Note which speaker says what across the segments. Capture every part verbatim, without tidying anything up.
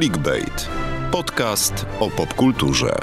Speaker 1: Clickbait. Podcast o popkulturze.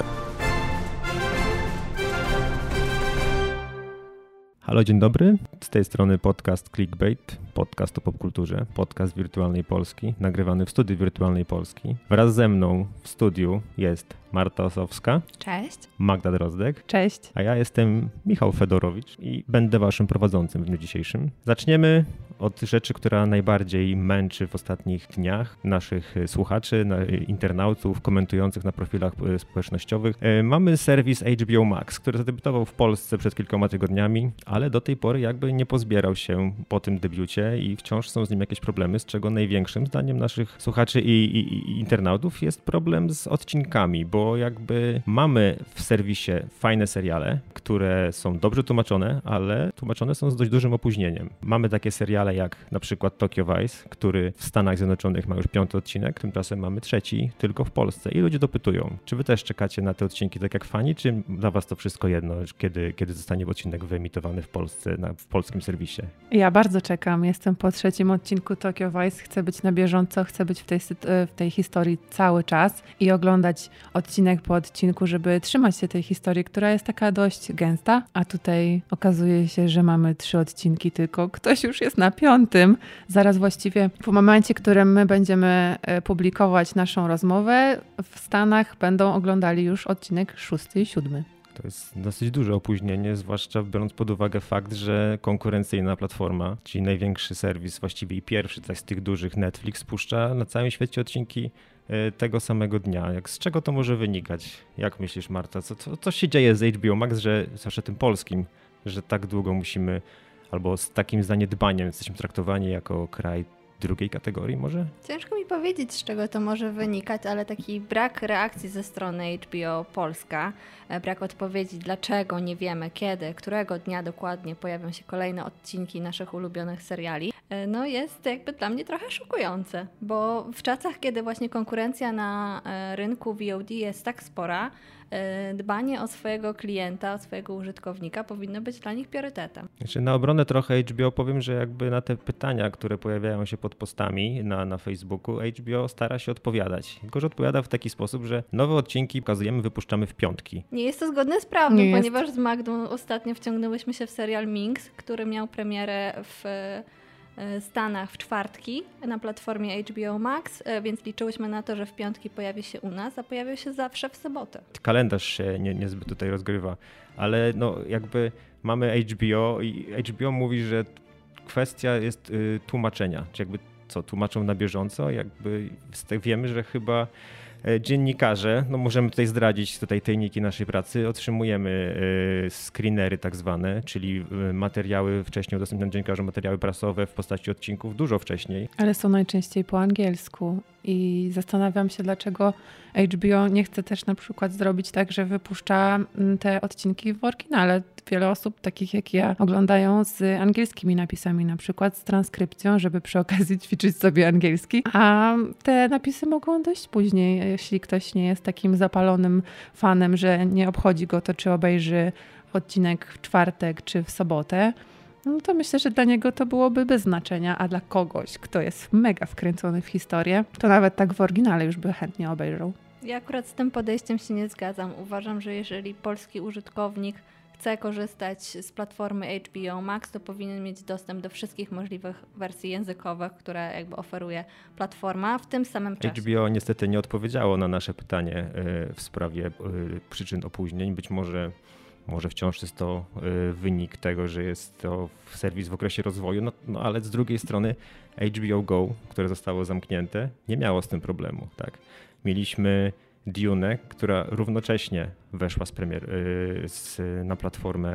Speaker 2: Halo, dzień dobry. Z tej strony podcast Clickbait, podcast o popkulturze, podcast Wirtualnej Polski, nagrywany w studiu Wirtualnej Polski. Wraz ze mną w studiu jest Marta Osowska.
Speaker 3: Cześć.
Speaker 2: Magda Drozdek.
Speaker 3: Cześć.
Speaker 2: A ja jestem Michał Fedorowicz i będę waszym prowadzącym w dniu dzisiejszym. Zaczniemy od rzeczy, która najbardziej męczy w ostatnich dniach naszych słuchaczy, internautów, komentujących na profilach społecznościowych. Mamy serwis H B O Max, który zadebiutował w Polsce przed kilkoma tygodniami, ale do tej pory jakby nie pozbierał się po tym debiucie i wciąż są z nim jakieś problemy, z czego największym zdaniem naszych słuchaczy i, i, i internautów jest problem z odcinkami, bo jakby mamy w serwisie fajne seriale, które są dobrze tłumaczone, ale tłumaczone są z dość dużym opóźnieniem. Mamy takie seriale jak na przykład Tokyo Vice, który w Stanach Zjednoczonych ma już piąty odcinek, tymczasem mamy trzeci tylko w Polsce. I ludzie dopytują, czy wy też czekacie na te odcinki tak jak fani, czy dla was to wszystko jedno, kiedy, kiedy zostanie odcinek wyemitowany w Polsce, na, w polskim serwisie?
Speaker 3: Ja bardzo czekam. Jestem po trzecim odcinku Tokyo Vice. Chcę być na bieżąco, chcę być w tej, w tej historii cały czas i oglądać odcinek po odcinku, żeby trzymać się tej historii, która jest taka dość gęsta, a tutaj okazuje się, że mamy trzy odcinki tylko. Ktoś już jest na piątym. Zaraz właściwie w momencie, w którym my będziemy publikować naszą rozmowę, w Stanach będą oglądali już odcinek szósty i siódmy.
Speaker 2: To jest dosyć duże opóźnienie, zwłaszcza biorąc pod uwagę fakt, że konkurencyjna platforma, czyli największy serwis, właściwie i pierwszy z tych dużych, Netflix, puszcza na całym świecie odcinki tego samego dnia. Jak, z czego to może wynikać? Jak myślisz, Marta? Co, co, co się dzieje z H B O Max, że zwłaszcza tym polskim, że tak długo musimy, albo z takim zaniedbaniem jesteśmy traktowani jako kraj drugiej kategorii może?
Speaker 4: Ciężko mi powiedzieć, z czego to może wynikać, ale taki brak reakcji ze strony H B O Polska, brak odpowiedzi, dlaczego, nie wiemy, kiedy, którego dnia dokładnie pojawią się kolejne odcinki naszych ulubionych seriali, no jest jakby dla mnie trochę szokujące, bo w czasach, kiedy właśnie konkurencja na rynku V O D jest tak spora, dbanie o swojego klienta, o swojego użytkownika powinno być dla nich priorytetem.
Speaker 2: Znaczy, na obronę trochę H B O powiem, że jakby na te pytania, które pojawiają się pod postami na, na Facebooku, H B O stara się odpowiadać. Tylko że odpowiada w taki sposób, że nowe odcinki pokazujemy, wypuszczamy w piątki.
Speaker 4: Nie jest to zgodne z prawdą,
Speaker 3: Nie
Speaker 4: ponieważ
Speaker 3: jest.
Speaker 4: z Magdą ostatnio wciągnęłyśmy się w serial Minx, który miał premierę w Stanach w czwartki na platformie H B O Max, więc liczyłyśmy na to, że w piątki pojawi się u nas, a pojawił się zawsze w sobotę.
Speaker 2: Kalendarz się nie, niezbyt tutaj rozgrywa, ale no jakby mamy H B O i H B O mówi, że kwestia jest y, tłumaczenia, czy jakby co, tłumaczą na bieżąco, jakby wiemy, że chyba dziennikarze, no możemy tutaj zdradzić tutaj tajniki naszej pracy, otrzymujemy screenery tak zwane, czyli materiały wcześniej udostępnione dziennikarzom, materiały prasowe w postaci odcinków dużo wcześniej.
Speaker 3: Ale są najczęściej po angielsku i zastanawiam się, dlaczego H B O nie chce też na przykład zrobić tak, że wypuszcza te odcinki w oryginale. Wiele osób, takich jak ja, oglądają z angielskimi napisami, na przykład z transkrypcją, żeby przy okazji ćwiczyć sobie angielski, a te napisy mogą dojść później, jeśli ktoś nie jest takim zapalonym fanem, że nie obchodzi go to, czy obejrzy odcinek w czwartek, czy w sobotę. No to myślę, że dla niego to byłoby bez znaczenia, a dla kogoś, kto jest mega wkręcony w historię, to nawet tak w oryginale już by chętnie obejrzał.
Speaker 4: Ja akurat z tym podejściem się nie zgadzam. Uważam, że jeżeli polski użytkownik chce korzystać z platformy H B O Max, to powinien mieć dostęp do wszystkich możliwych wersji językowych, które jakby oferuje platforma w tym samym czasie.
Speaker 2: H B O niestety nie odpowiedziało na nasze pytanie w sprawie przyczyn opóźnień. Być może Może wciąż jest to wynik tego, że jest to serwis w okresie rozwoju, no, no ale z drugiej strony H B O Go, które zostało zamknięte, nie miało z tym problemu. Tak? Mieliśmy Dune, która równocześnie weszła z premier z, na platformę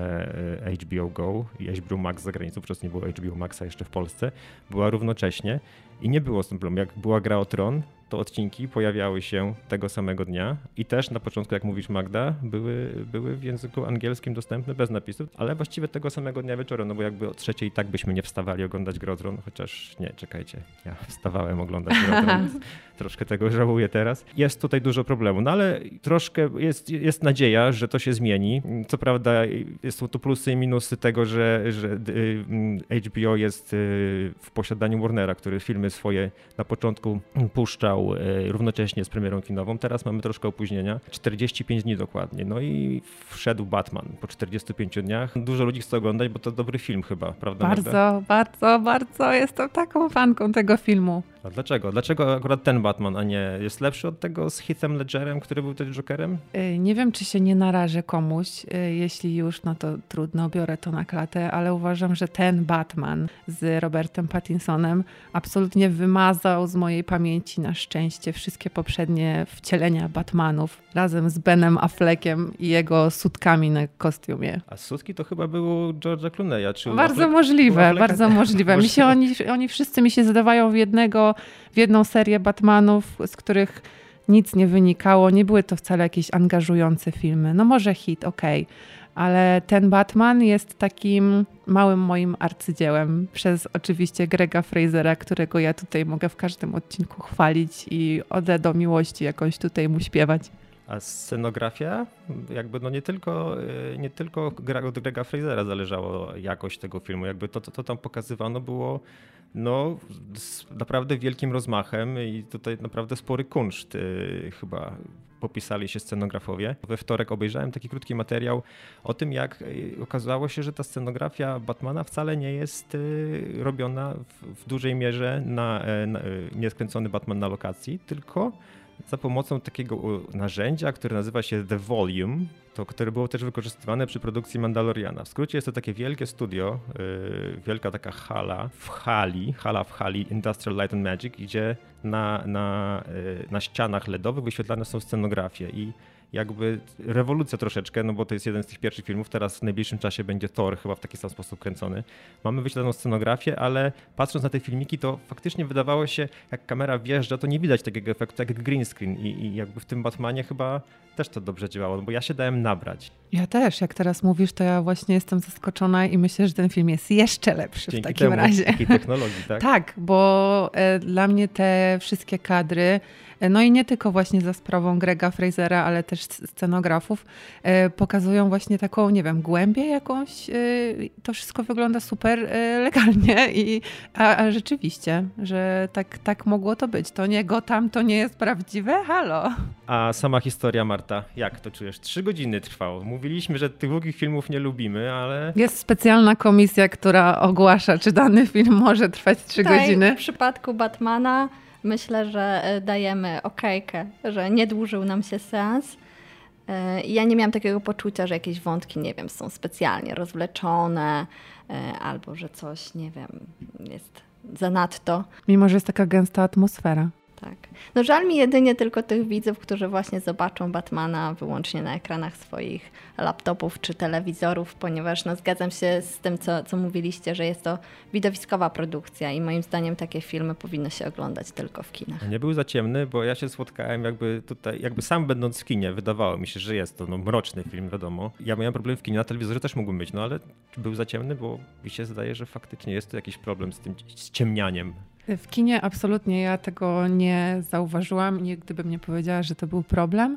Speaker 2: H B O Go i H B O Max za granicą, po prostu nie było H B O Maxa jeszcze w Polsce, była równocześnie i nie było z tym problemu. Jak była Gra o Tron, to odcinki pojawiały się tego samego dnia i też na początku, jak mówisz Magda, były, były w języku angielskim dostępne bez napisów, ale właściwie tego samego dnia wieczorem, no bo jakby o trzeciej i tak byśmy nie wstawali oglądać Grę o Tron, chociaż nie, czekajcie, ja wstawałem oglądać Grę o Tron, troszkę tego żałuję teraz. Jest tutaj dużo problemu, no ale troszkę jest, jest nadzieja, że to się zmieni. Co prawda są tu plusy i minusy tego, że, że H B O jest w posiadaniu Warnera, który filmy swoje na początku puszczał leciał równocześnie z premierą kinową. Teraz mamy troszkę opóźnienia. czterdzieści pięć dni dokładnie. No i wszedł Batman po czterdziestu pięciu dniach. Dużo ludzi chce oglądać, bo to dobry film chyba, prawda?
Speaker 3: Bardzo,
Speaker 2: Magda?
Speaker 3: bardzo, bardzo jestem taką fanką tego filmu.
Speaker 2: A dlaczego? Dlaczego akurat ten Batman, a nie jest lepszy od tego z Heathem Ledgerem, który był też Jokerem?
Speaker 3: Nie wiem, czy się nie narażę komuś. Jeśli już, no to trudno, biorę to na klatę, ale uważam, że ten Batman z Robertem Pattinsonem absolutnie wymazał z mojej pamięci na szczęście wszystkie poprzednie wcielenia Batmanów razem z Benem Affleckiem i jego sutkami na kostiumie.
Speaker 2: A sutki to chyba było George'a Clooney'a. Czy
Speaker 3: bardzo
Speaker 2: Affleck,
Speaker 3: możliwe, bardzo możliwe. Mi się oni, oni wszyscy mi się zdawają w jednego, w jedną serię Batmanów, z których nic nie wynikało. Nie były to wcale jakieś angażujące filmy. No może hit, okej. Okay. Ale ten Batman jest takim małym moim arcydziełem przez oczywiście Grega Frasera, którego ja tutaj mogę w każdym odcinku chwalić i ode do miłości jakąś tutaj mu śpiewać.
Speaker 2: A scenografia? Jakby no nie tylko, nie tylko od Grega Frasera zależało jakość tego filmu. Jakby to, to, to tam pokazywano było no, z naprawdę wielkim rozmachem i tutaj naprawdę spory kunszt yy, chyba popisali się scenografowie. We wtorek obejrzałem taki krótki materiał o tym, jak okazało się, że ta scenografia Batmana wcale nie jest yy, robiona w, w dużej mierze na, na nieskręcony Batman na lokacji, tylko za pomocą takiego narzędzia, które nazywa się The Volume, to, które było też wykorzystywane przy produkcji Mandaloriana. W skrócie jest to takie wielkie studio, yy, wielka taka hala w hali, hala w hali Industrial Light and Magic, gdzie na, na, yy, na ścianach L E D owych wyświetlane są scenografie i jakby rewolucja troszeczkę, no bo to jest jeden z tych pierwszych filmów, teraz w najbliższym czasie będzie Thor chyba w taki sam sposób kręcony. Mamy wyświetloną scenografię, ale patrząc na te filmiki, to faktycznie wydawało się, jak kamera wjeżdża, to nie widać takiego efektu jak green screen i, i jakby w tym Batmanie chyba też to dobrze działało, bo ja się dałem nabrać.
Speaker 3: Ja też, jak teraz mówisz, to ja właśnie jestem zaskoczona i myślę, że ten film jest jeszcze lepszy
Speaker 2: Dzięki
Speaker 3: w takim
Speaker 2: temu,
Speaker 3: razie.
Speaker 2: Dzięki technologii, tak?
Speaker 3: Tak, bo e, dla mnie te wszystkie kadry, e, no i nie tylko właśnie za sprawą Grega Frasera, ale też scenografów, e, pokazują właśnie taką, nie wiem, głębię jakąś. E, to wszystko wygląda super e, legalnie i a, a rzeczywiście, że tak, tak mogło to być. To nie Gotham, to nie jest prawdziwe, halo.
Speaker 2: A sama historia, Marta, jak to czujesz? Trzy godziny trwało. Mówiliśmy, że tych długich filmów nie lubimy, ale...
Speaker 3: Jest specjalna komisja, która ogłasza, czy dany film może trwać trzy
Speaker 4: Tutaj
Speaker 3: godziny.
Speaker 4: W przypadku Batmana myślę, że dajemy okejkę, że nie dłużył nam się seans. Ja nie miałam takiego poczucia, że jakieś wątki, nie wiem, są specjalnie rozwleczone albo że coś, nie wiem, jest zanadto.
Speaker 3: Mimo, że jest taka gęsta atmosfera.
Speaker 4: Tak. No żal mi jedynie tylko tych widzów, którzy właśnie zobaczą Batmana wyłącznie na ekranach swoich laptopów czy telewizorów, ponieważ no, zgadzam się z tym, co, co mówiliście, że jest to widowiskowa produkcja i moim zdaniem takie filmy powinno się oglądać tylko w kinach.
Speaker 2: Nie był za ciemny, bo ja się spotkałem jakby tutaj, jakby sam będąc w kinie, wydawało mi się, że jest to no, mroczny film, wiadomo. Ja miałem problem w kinie, na telewizorze też mógłbym być, no ale był za ciemny, bo mi się zdaje, że faktycznie jest to jakiś problem z tym ściemnianiem.
Speaker 3: W kinie absolutnie ja tego nie zauważyłam. Nigdy bym nie powiedziała, że to był problem.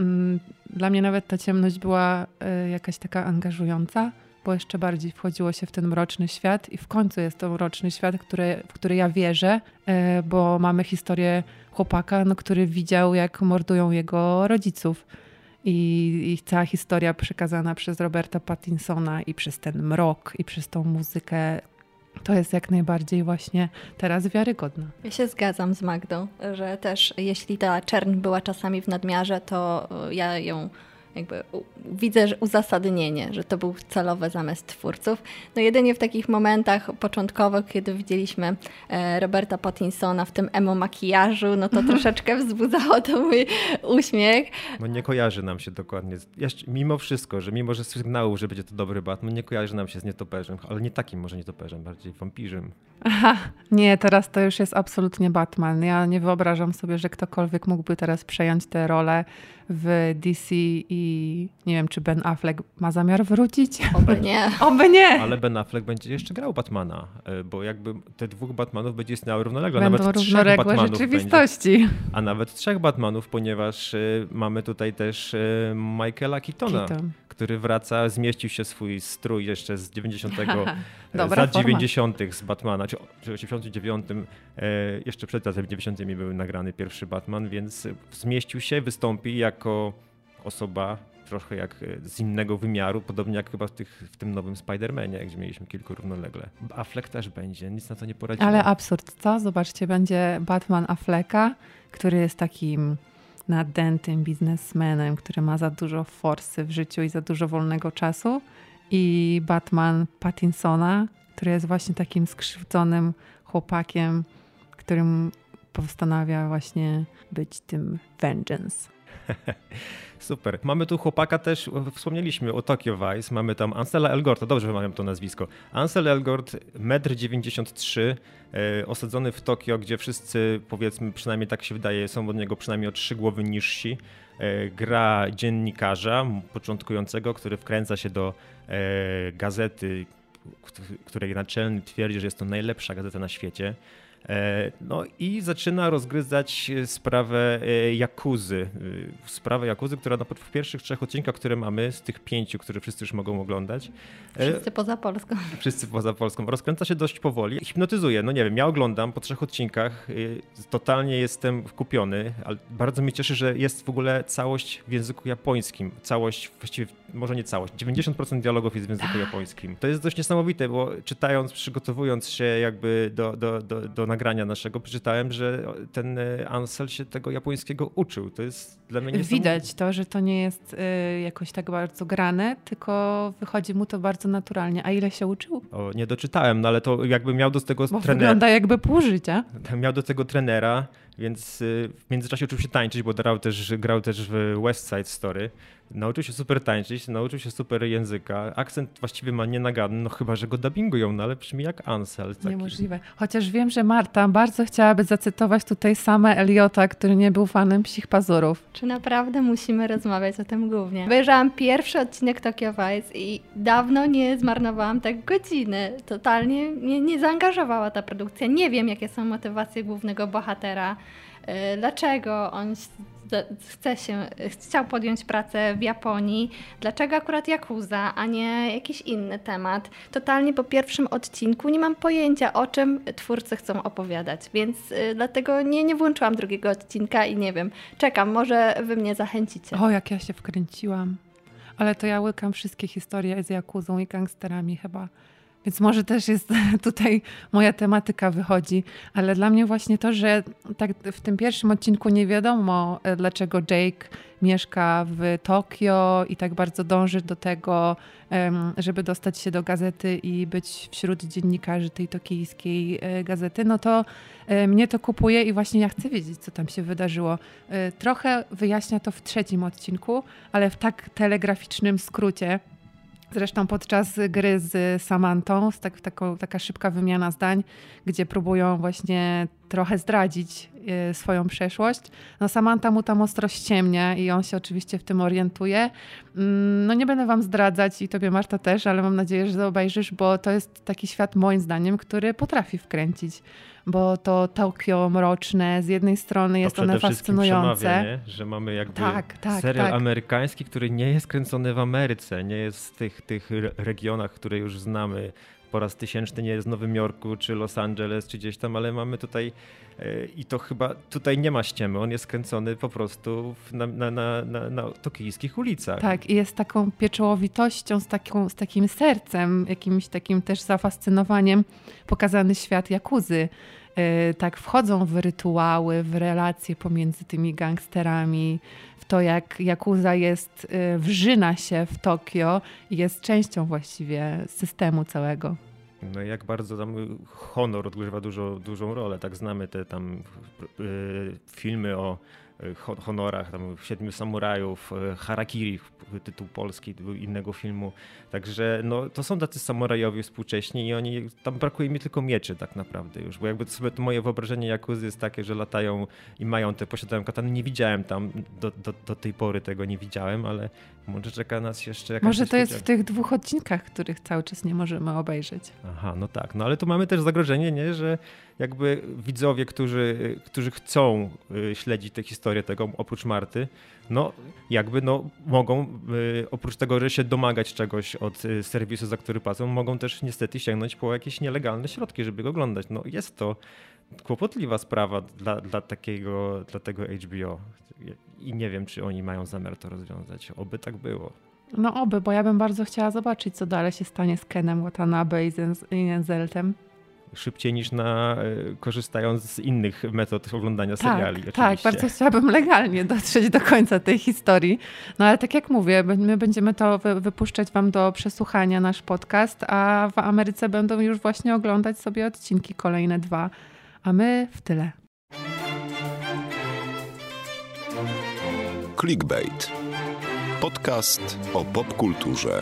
Speaker 3: Dla mnie nawet ta ciemność była jakaś taka angażująca, bo jeszcze bardziej wchodziło się w ten mroczny świat i w końcu jest to mroczny świat, który, w który ja wierzę, bo mamy historię chłopaka, no, który widział, jak mordują jego rodziców. I, I cała historia przekazana przez Roberta Pattinsona i przez ten mrok i przez tą muzykę, to jest jak najbardziej właśnie teraz wiarygodne.
Speaker 4: Ja się zgadzam z Magdą, że też jeśli ta czerń była czasami w nadmiarze, to ja ją jakby widzę że uzasadnienie, że to był celowy zamysł twórców. No jedynie w takich momentach początkowych, kiedy widzieliśmy Roberta Pattinsona w tym emo makijażu, no to troszeczkę wzbudzało to mój uśmiech.
Speaker 2: No nie kojarzy nam się dokładnie, jeszcze, mimo wszystko, że mimo, że sygnału, że będzie to dobry Batman, nie kojarzy nam się z nietoperzem, ale nie takim może nietoperzem, bardziej wampirzem.
Speaker 3: Aha, nie, teraz to już jest absolutnie Batman. Ja nie wyobrażam sobie, że ktokolwiek mógłby teraz przejąć tę rolę w D C i nie wiem, czy Ben Affleck ma zamiar wrócić?
Speaker 4: Oby nie.
Speaker 3: Oby nie!
Speaker 2: Ale Ben Affleck będzie jeszcze grał Batmana, bo jakby te dwóch Batmanów będzie istniały równolegle.
Speaker 3: Będą
Speaker 2: nawet
Speaker 3: równoległe
Speaker 2: trzech Batmanów
Speaker 3: rzeczywistości.
Speaker 2: Będzie, a nawet trzech Batmanów, ponieważ y, mamy tutaj też y, Michaela Keatona,
Speaker 3: Keaton.
Speaker 2: który wraca, zmieścił się swój strój jeszcze z dziewięćdziesiątego z lat
Speaker 3: forma.
Speaker 2: dziewięćdziesiątych z Batmana, czy, czy osiemdziesiątym dziewiątym, e, jeszcze przed latem dziewięćdziesiątymi był nagrany pierwszy Batman, więc zmieścił się, wystąpi jako osoba trochę jak z innego wymiaru, podobnie jak chyba w, tych, w tym nowym Spider-Manie, gdzie mieliśmy kilku równolegle. Affleck też będzie, nic na to nie poradzimy.
Speaker 3: Ale absurd, co? Zobaczcie, będzie Batman Afflecka, który jest takim nadętym biznesmenem, który ma za dużo forsy w życiu i za dużo wolnego czasu, i Batman Pattinsona, który jest właśnie takim skrzywdzonym chłopakiem, którym postanawia właśnie być tym Vengeance.
Speaker 2: Super. Mamy tu chłopaka też, wspomnieliśmy o Tokyo Vice, mamy tam Ansela Elgorta, dobrze wymawiam to nazwisko. Ansel Elgort, metr dziewięćdziesiąt trzy, e, osadzony w Tokio, gdzie wszyscy, powiedzmy, przynajmniej tak się wydaje, są od niego przynajmniej o trzy głowy niżsi. E, gra dziennikarza początkującego, który wkręca się do e, gazety, której naczelny twierdzi, że jest to najlepsza gazeta na świecie. No i zaczyna rozgryzać sprawę Jakuzy. Sprawę Jakuzy, która w pierwszych trzech odcinkach, które mamy, z tych pięciu, które wszyscy już mogą oglądać.
Speaker 4: Wszyscy poza Polską.
Speaker 2: Wszyscy poza Polską. Rozkręca się dość powoli. Hipnotyzuje. No nie wiem, ja oglądam po trzech odcinkach. Totalnie jestem kupiony, ale bardzo mnie cieszy, że jest w ogóle całość w języku japońskim. Całość, właściwie może nie całość, dziewięćdziesiąt procent dialogów jest w języku japońskim. To jest dość niesamowite, bo czytając, przygotowując się jakby do, do, do, do nagrania naszego, przeczytałem, że ten Ansel się tego japońskiego uczył. To jest dla mnie niesamowite.
Speaker 3: Widać to, że to nie jest y, jakoś tak bardzo grane, tylko wychodzi mu to bardzo naturalnie. A ile się uczył?
Speaker 2: O, nie doczytałem, no ale to jakby miał do tego
Speaker 3: Bo
Speaker 2: trenera.
Speaker 3: wygląda jakby pół życia.
Speaker 2: Miał do tego trenera, więc w międzyczasie uczył się tańczyć, bo grał też, grał też w West Side Story. Nauczył się super tańczyć, nauczył się super języka. Akcent właściwie ma nienaganny, no chyba, że go dubbingują, no ale brzmi jak Ansel. Taki.
Speaker 3: Niemożliwe. Chociaż wiem, że Marta bardzo chciałaby zacytować tutaj Sama Eliota, który nie był fanem Psich Pazurów.
Speaker 4: Czy naprawdę musimy rozmawiać o tym głównie? Obejrzałam pierwszy odcinek Tokyo Vice i dawno nie zmarnowałam tak godziny. Totalnie mnie nie zaangażowała ta produkcja. Nie wiem, jakie są motywacje głównego bohatera. Dlaczego on chce się, chciał podjąć pracę w Japonii, dlaczego akurat Yakuza, a nie jakiś inny temat. Totalnie po pierwszym odcinku nie mam pojęcia, o czym twórcy chcą opowiadać, więc y, dlatego nie, nie włączyłam drugiego odcinka i nie wiem, czekam, może wy mnie zachęcicie.
Speaker 3: O, jak ja się wkręciłam. Ale to ja łykam wszystkie historie z Yakuzą i gangsterami chyba. Więc może też jest tutaj moja tematyka wychodzi, ale dla mnie właśnie to, że tak w tym pierwszym odcinku nie wiadomo, dlaczego Jake mieszka w Tokio i tak bardzo dąży do tego, żeby dostać się do gazety i być wśród dziennikarzy tej tokijskiej gazety, no to mnie to kupuje i właśnie ja chcę wiedzieć, co tam się wydarzyło. Trochę wyjaśnia to w trzecim odcinku, ale w tak telegraficznym skrócie. Zresztą podczas gry z Samanthą, z tak, taką, taka szybka wymiana zdań, gdzie próbują właśnie trochę zdradzić y, swoją przeszłość. No Samantha mu tam ostro ściemnia i on się oczywiście w tym orientuje. Mm, no nie będę wam zdradzać i tobie, Marta, też, ale mam nadzieję, że to obejrzysz, bo to jest taki świat moim zdaniem, który potrafi wkręcić. Bo to Tokio mroczne, z jednej strony jest
Speaker 2: to
Speaker 3: one
Speaker 2: przede wszystkim
Speaker 3: fascynujące.
Speaker 2: Przemawia, nie? Że mamy jakby
Speaker 3: tak, tak,
Speaker 2: serial
Speaker 3: tak.
Speaker 2: amerykański, który nie jest kręcony w Ameryce, nie jest w tych, tych regionach, które już znamy. Po raz tysięczny nie jest w Nowym Jorku, czy Los Angeles, czy gdzieś tam, ale mamy tutaj yy, i to chyba tutaj nie ma ściemy, on jest kręcony po prostu w, na, na, na, na, na tokijskich ulicach.
Speaker 3: Tak, i jest taką pieczołowitością, z, taką, z takim sercem, jakimś takim też zafascynowaniem pokazany świat Yakuzy. Yy, tak wchodzą w rytuały, w relacje pomiędzy tymi gangsterami, w to jak Yakuza jest, yy, wrzyna się w Tokio i jest częścią właściwie systemu całego.
Speaker 2: No jak bardzo tam honor odgrywa dużo, dużą rolę, tak znamy te tam yy, filmy o honorach, tam Siedmiu Samurajów, Harakiri, tytuł polski innego filmu. Także no, to są tacy samurajowie współcześni i oni, tam brakuje mi tylko mieczy tak naprawdę już, bo jakby to sobie to moje wyobrażenie Yakuzy jest takie, że latają i mają te, posiadają katany. Nie widziałem tam, do, do, do tej pory tego nie widziałem, ale może czeka nas jeszcze jakaś...
Speaker 3: Może to jest w tych dwóch odcinkach, których cały czas nie możemy obejrzeć.
Speaker 2: Aha, no tak, no ale tu mamy też zagrożenie, nie, że jakby widzowie, którzy, którzy chcą śledzić tę historię, historię tego, oprócz Marty, no jakby no mogą, y, oprócz tego, że się domagać czegoś od y, serwisu, za który płacą, mogą też niestety sięgnąć po jakieś nielegalne środki, żeby go oglądać. No jest to kłopotliwa sprawa dla, dla, takiego, dla tego H B O i nie wiem, czy oni mają zamiar to rozwiązać. Oby tak było.
Speaker 3: No oby, bo ja bym bardzo chciała zobaczyć, co dalej się stanie z Kenem Watanabe i Enzeltem.
Speaker 2: Szybciej niż na, korzystając z innych metod oglądania seriali.
Speaker 3: Tak,
Speaker 2: oczywiście.
Speaker 3: tak, bardzo chciałabym legalnie dotrzeć do końca tej historii. No ale tak jak mówię, my będziemy to wy, wypuszczać wam do przesłuchania, nasz podcast, a w Ameryce będą już właśnie oglądać sobie odcinki kolejne dwa, a my w tyle.
Speaker 1: Clickbait. Podcast o popkulturze.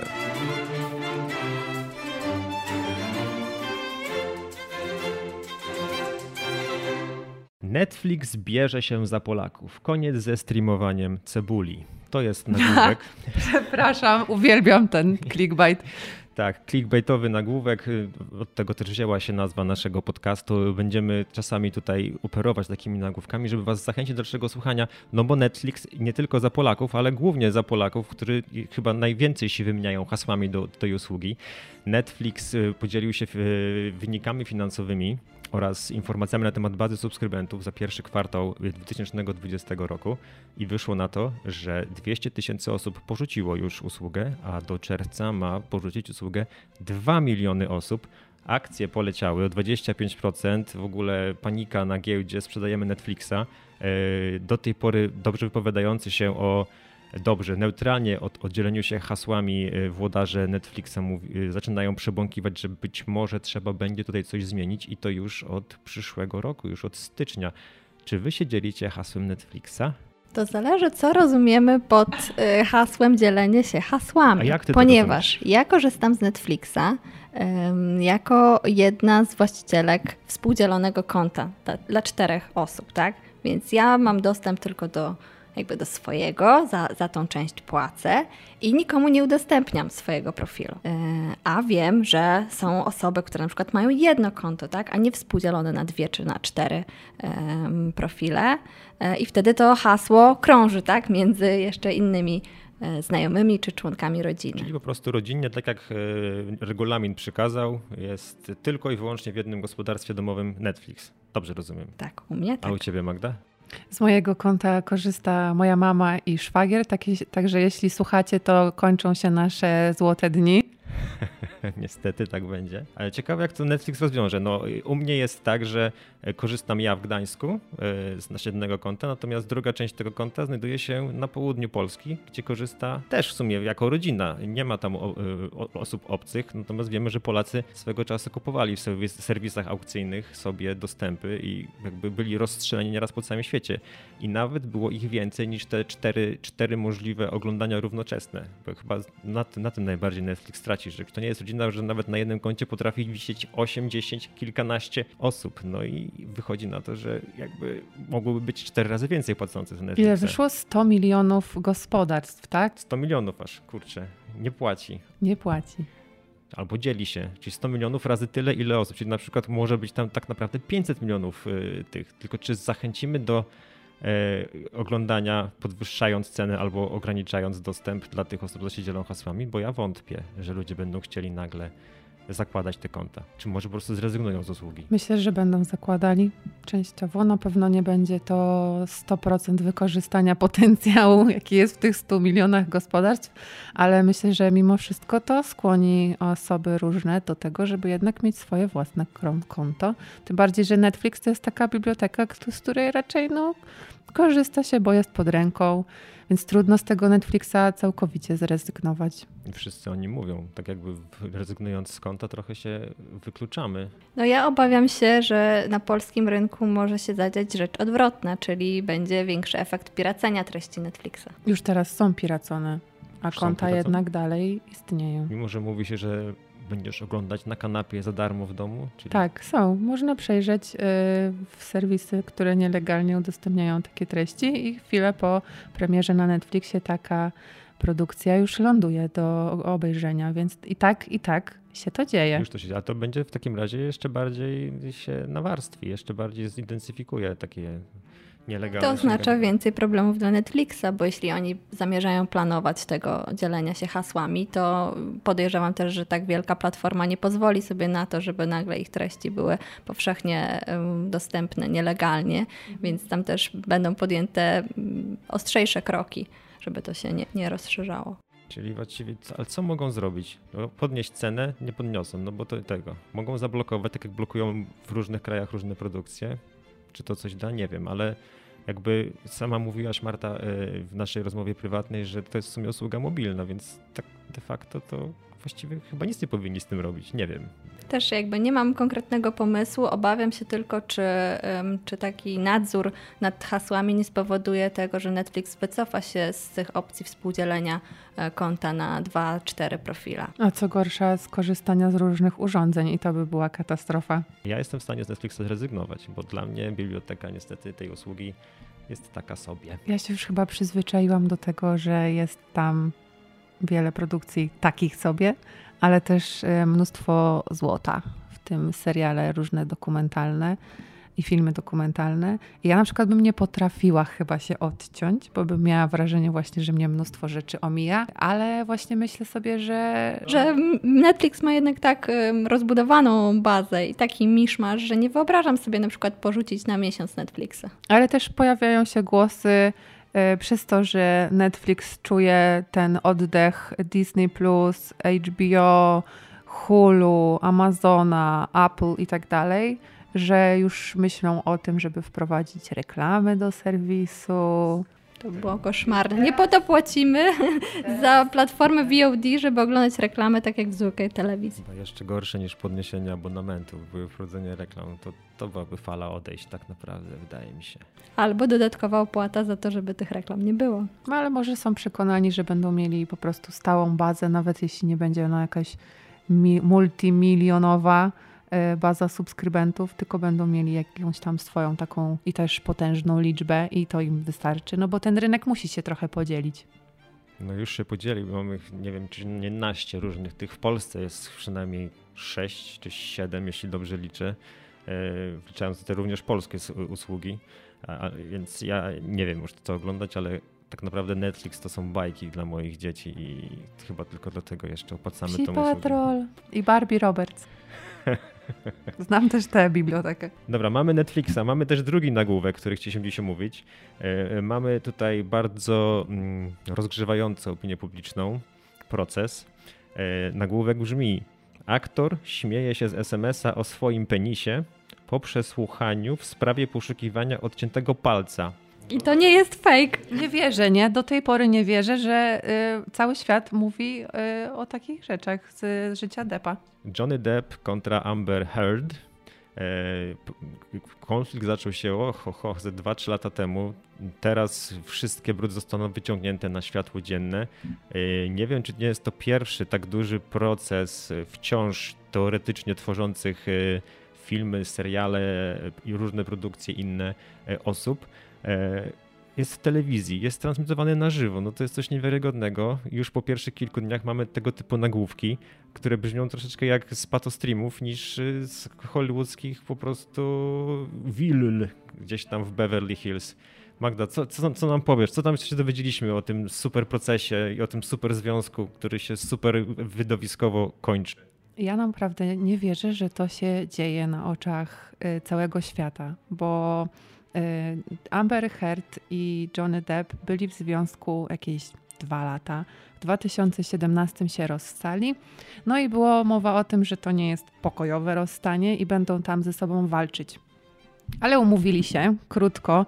Speaker 2: Netflix bierze się za Polaków. Koniec ze streamowaniem cebuli. To jest nagłówek.
Speaker 3: Przepraszam, uwielbiam ten clickbait.
Speaker 2: Tak, clickbaitowy nagłówek, od tego też wzięła się nazwa naszego podcastu. Będziemy czasami tutaj operować takimi nagłówkami, żeby was zachęcić do dalszego słuchania, no bo Netflix nie tylko za Polaków, ale głównie za Polaków, którzy chyba najwięcej się wymieniają hasłami do tej usługi. Netflix podzielił się wynikami finansowymi oraz informacjami na temat bazy subskrybentów za pierwszy kwartał dwa tysiące dwudziestego roku i wyszło na to, że dwieście tysięcy osób porzuciło już usługę, a do czerwca ma porzucić usługę dwa miliony osób. Akcje poleciały o dwadzieścia pięć procent, w ogóle panika na giełdzie, sprzedajemy Netflixa. Do tej pory dobrze wypowiadający się o Dobrze, neutralnie od oddzieleniu się hasłami włodarze Netflixa mówi, zaczynają przebąkiwać, że być może trzeba będzie tutaj coś zmienić i to już od przyszłego roku, już od stycznia. Czy wy się dzielicie hasłem Netflixa?
Speaker 4: To zależy, co rozumiemy pod y, hasłem dzielenie się hasłami.
Speaker 2: A jak ty to
Speaker 4: Ponieważ
Speaker 2: rozumiesz?
Speaker 4: ja korzystam z Netflixa ym, jako jedna z właścicielek współdzielonego konta dla, dla czterech osób, tak? Więc ja mam dostęp tylko do jakby do swojego, za, za tą część płacę i nikomu nie udostępniam swojego profilu. Yy, a wiem, że są osoby, które na przykład mają jedno konto, tak, a nie współdzielone na dwie czy na cztery yy, profile yy, i wtedy to hasło krąży, tak, między jeszcze innymi yy, znajomymi czy członkami rodziny.
Speaker 2: Czyli po prostu rodzinnie, tak jak yy, regulamin przykazał, jest tylko i wyłącznie w jednym gospodarstwie domowym Netflix. Dobrze rozumiem.
Speaker 4: Tak, u mnie tak.
Speaker 2: A u ciebie, Magda?
Speaker 3: Z mojego konta korzysta moja mama i szwagier, takie, także jeśli słuchacie, to kończą się nasze złote dni.
Speaker 2: Niestety tak będzie. Ale ciekawe, jak to Netflix rozwiąże. No, u mnie jest tak, że korzystam ja w Gdańsku z naszego konta, natomiast druga część tego konta znajduje się na południu Polski, gdzie korzysta też w sumie jako rodzina. Nie ma tam o, o, osób obcych, natomiast wiemy, że Polacy swego czasu kupowali w serwis, serwisach aukcyjnych sobie dostępy i jakby byli rozstrzeleni nieraz po całym świecie. I nawet było ich więcej niż te cztery, cztery możliwe oglądania równoczesne. Bo chyba na, na tym najbardziej Netflix traci, że to nie jest rodzina, że nawet na jednym koncie potrafi wisieć osiem, dziesięć, kilkanaście osób. No i wychodzi na to, że jakby mogłoby być cztery razy więcej płacących za Netflixa.
Speaker 3: Ile wyszło? sto milionów gospodarstw, tak?
Speaker 2: sto milionów aż, kurczę, nie płaci.
Speaker 3: Nie płaci.
Speaker 2: Albo dzieli się, czyli sto milionów razy tyle, ile osób, czyli na przykład może być tam tak naprawdę pięćset milionów y, tych. Tylko czy zachęcimy do y, oglądania, podwyższając cenę albo ograniczając dostęp dla tych osób, co się dzielą hasłami? Bo ja wątpię, że ludzie będą chcieli nagle zakładać te konta. Czy może po prostu zrezygnują z usługi?
Speaker 3: Myślę, że będą zakładali częściowo. Na pewno nie będzie to sto procent wykorzystania potencjału, jaki jest w tych stu milionach gospodarstw, ale myślę, że mimo wszystko to skłoni osoby różne do tego, żeby jednak mieć swoje własne konto. Tym bardziej, że Netflix to jest taka biblioteka, z której raczej no, korzysta się, bo jest pod ręką, więc trudno z tego Netflixa całkowicie zrezygnować.
Speaker 2: I wszyscy o nim mówią. Tak jakby rezygnując z konta trochę się wykluczamy.
Speaker 4: No ja obawiam się, że na polskim rynku może się zadziać rzecz odwrotna, czyli będzie większy efekt piracenia treści Netflixa.
Speaker 3: Już teraz są piracone, a
Speaker 2: Już są
Speaker 3: konta
Speaker 2: piracone?
Speaker 3: jednak dalej istnieją.
Speaker 2: Mimo że mówi się, że będziesz oglądać na kanapie za darmo w domu? Czyli...
Speaker 3: Tak, są. Można przejrzeć y, w serwisy, które nielegalnie udostępniają takie treści i chwilę po premierze na Netflixie taka produkcja już ląduje do obejrzenia, więc i tak, i tak się to dzieje.
Speaker 2: Już to się dzieje, a to będzie w takim razie jeszcze bardziej się nawarstwi, jeszcze bardziej zintensyfikuje takie nielegalne.
Speaker 4: To oznacza więcej problemów dla Netflixa, bo jeśli oni zamierzają planować tego dzielenia się hasłami, to podejrzewam też, że tak wielka platforma nie pozwoli sobie na to, żeby nagle ich treści były powszechnie dostępne nielegalnie, mhm. więc tam też będą podjęte ostrzejsze kroki, żeby to się nie, nie rozszerzało.
Speaker 2: Czyli właściwie, ale co mogą zrobić? No, podnieść cenę? Nie podniosą, no bo to tego. Mogą zablokować, tak jak blokują w różnych krajach różne produkcje. Czy to coś da? Nie wiem, ale jakby sama mówiłaś, Marta, w naszej rozmowie prywatnej, że to jest w sumie usługa mobilna, więc tak de facto to właściwie chyba nic nie powinni z tym robić. Nie wiem.
Speaker 4: Też jakby nie mam konkretnego pomysłu. Obawiam się tylko, czy, czy taki nadzór nad hasłami nie spowoduje tego, że Netflix wycofa się z tych opcji współdzielenia konta na dwa, cztery profile.
Speaker 3: A co gorsza, z korzystania z różnych urządzeń i to by była katastrofa.
Speaker 2: Ja jestem w stanie z Netflixa zrezygnować, bo dla mnie biblioteka niestety tej usługi jest taka sobie.
Speaker 3: Ja się już chyba przyzwyczaiłam do tego, że jest tam wiele produkcji takich sobie, ale też mnóstwo złota, w tym seriale różne dokumentalne i filmy dokumentalne. I ja na przykład bym nie potrafiła chyba się odciąć, bo bym miała wrażenie właśnie, że mnie mnóstwo rzeczy omija, ale właśnie myślę sobie, że...
Speaker 4: Że Netflix ma jednak tak rozbudowaną bazę i taki miszmasz, że nie wyobrażam sobie na przykład porzucić na miesiąc Netflixa.
Speaker 3: Ale też pojawiają się głosy przez to, że Netflix czuje ten oddech Disney plus, H B O, Hulu, Amazona, Apple i tak dalej, że już myślą o tym, żeby wprowadzić reklamy do serwisu.
Speaker 4: To było koszmarne. Nie po to płacimy za platformę V O D, żeby oglądać reklamy tak jak w zwykłej telewizji.
Speaker 2: Chyba jeszcze gorsze niż podniesienie abonamentu, były wprowadzenie reklam. To, to byłaby fala odejść tak naprawdę, wydaje mi się.
Speaker 4: Albo dodatkowa opłata za to, żeby tych reklam nie było.
Speaker 3: No ale może są przekonani, że będą mieli po prostu stałą bazę, nawet jeśli nie będzie ona jakaś mi- multimilionowa baza subskrybentów, tylko będą mieli jakąś tam swoją taką i też potężną liczbę i to im wystarczy, no bo ten rynek musi się trochę podzielić.
Speaker 2: No już się podzielił, mamy nie wiem, czy nie naście różnych tych. W Polsce jest przynajmniej sześć czy siedem, jeśli dobrze liczę, wliczając te również polskie usługi, a, więc ja nie wiem już co oglądać, ale tak naprawdę Netflix to są bajki dla moich dzieci i chyba tylko do tego jeszcze opłacamy
Speaker 3: Psi
Speaker 2: tą usługę.
Speaker 3: Patrol i Barbie Roberts. Znam też tę bibliotekę.
Speaker 2: Dobra, mamy Netflixa, mamy też drugi nagłówek, który chcieliśmy dzisiaj mówić. Yy, mamy tutaj bardzo mm, rozgrzewający opinię publiczną proces. Yy, nagłówek brzmi: aktor śmieje się z es em es a o swoim penisie po przesłuchaniu w sprawie poszukiwania odciętego palca.
Speaker 4: I to nie jest fake.
Speaker 3: Nie wierzę, nie? Do tej pory nie wierzę, że y, cały świat mówi y, o takich rzeczach z życia Deppa.
Speaker 2: Johnny Depp kontra Amber Heard. E, konflikt zaczął się o, ho, ho, ze dwa trzy lata temu. Teraz wszystkie brudy zostaną wyciągnięte na światło dzienne. E, nie wiem, czy nie jest to pierwszy tak duży proces wciąż teoretycznie tworzących e, filmy, seriale i różne produkcje inne e, osób. Jest w telewizji, jest transmitowany na żywo, no to jest coś niewiarygodnego. Już po pierwszych kilku dniach mamy tego typu nagłówki, które brzmią troszeczkę jak z patostreamów niż z hollywoodzkich po prostu will gdzieś tam w Beverly Hills. Magda, co, co, co nam powiesz? Co tam jeszcze się dowiedzieliśmy o tym super procesie i o tym super związku, który się super widowiskowo kończy?
Speaker 3: Ja naprawdę nie wierzę, że to się dzieje na oczach całego świata, bo Amber Heard i Johnny Depp byli w związku jakieś dwa lata. W dwa tysiące siedemnastym się rozstali. No i było mowa o tym, że to nie jest pokojowe rozstanie i będą tam ze sobą walczyć. Ale umówili się, krótko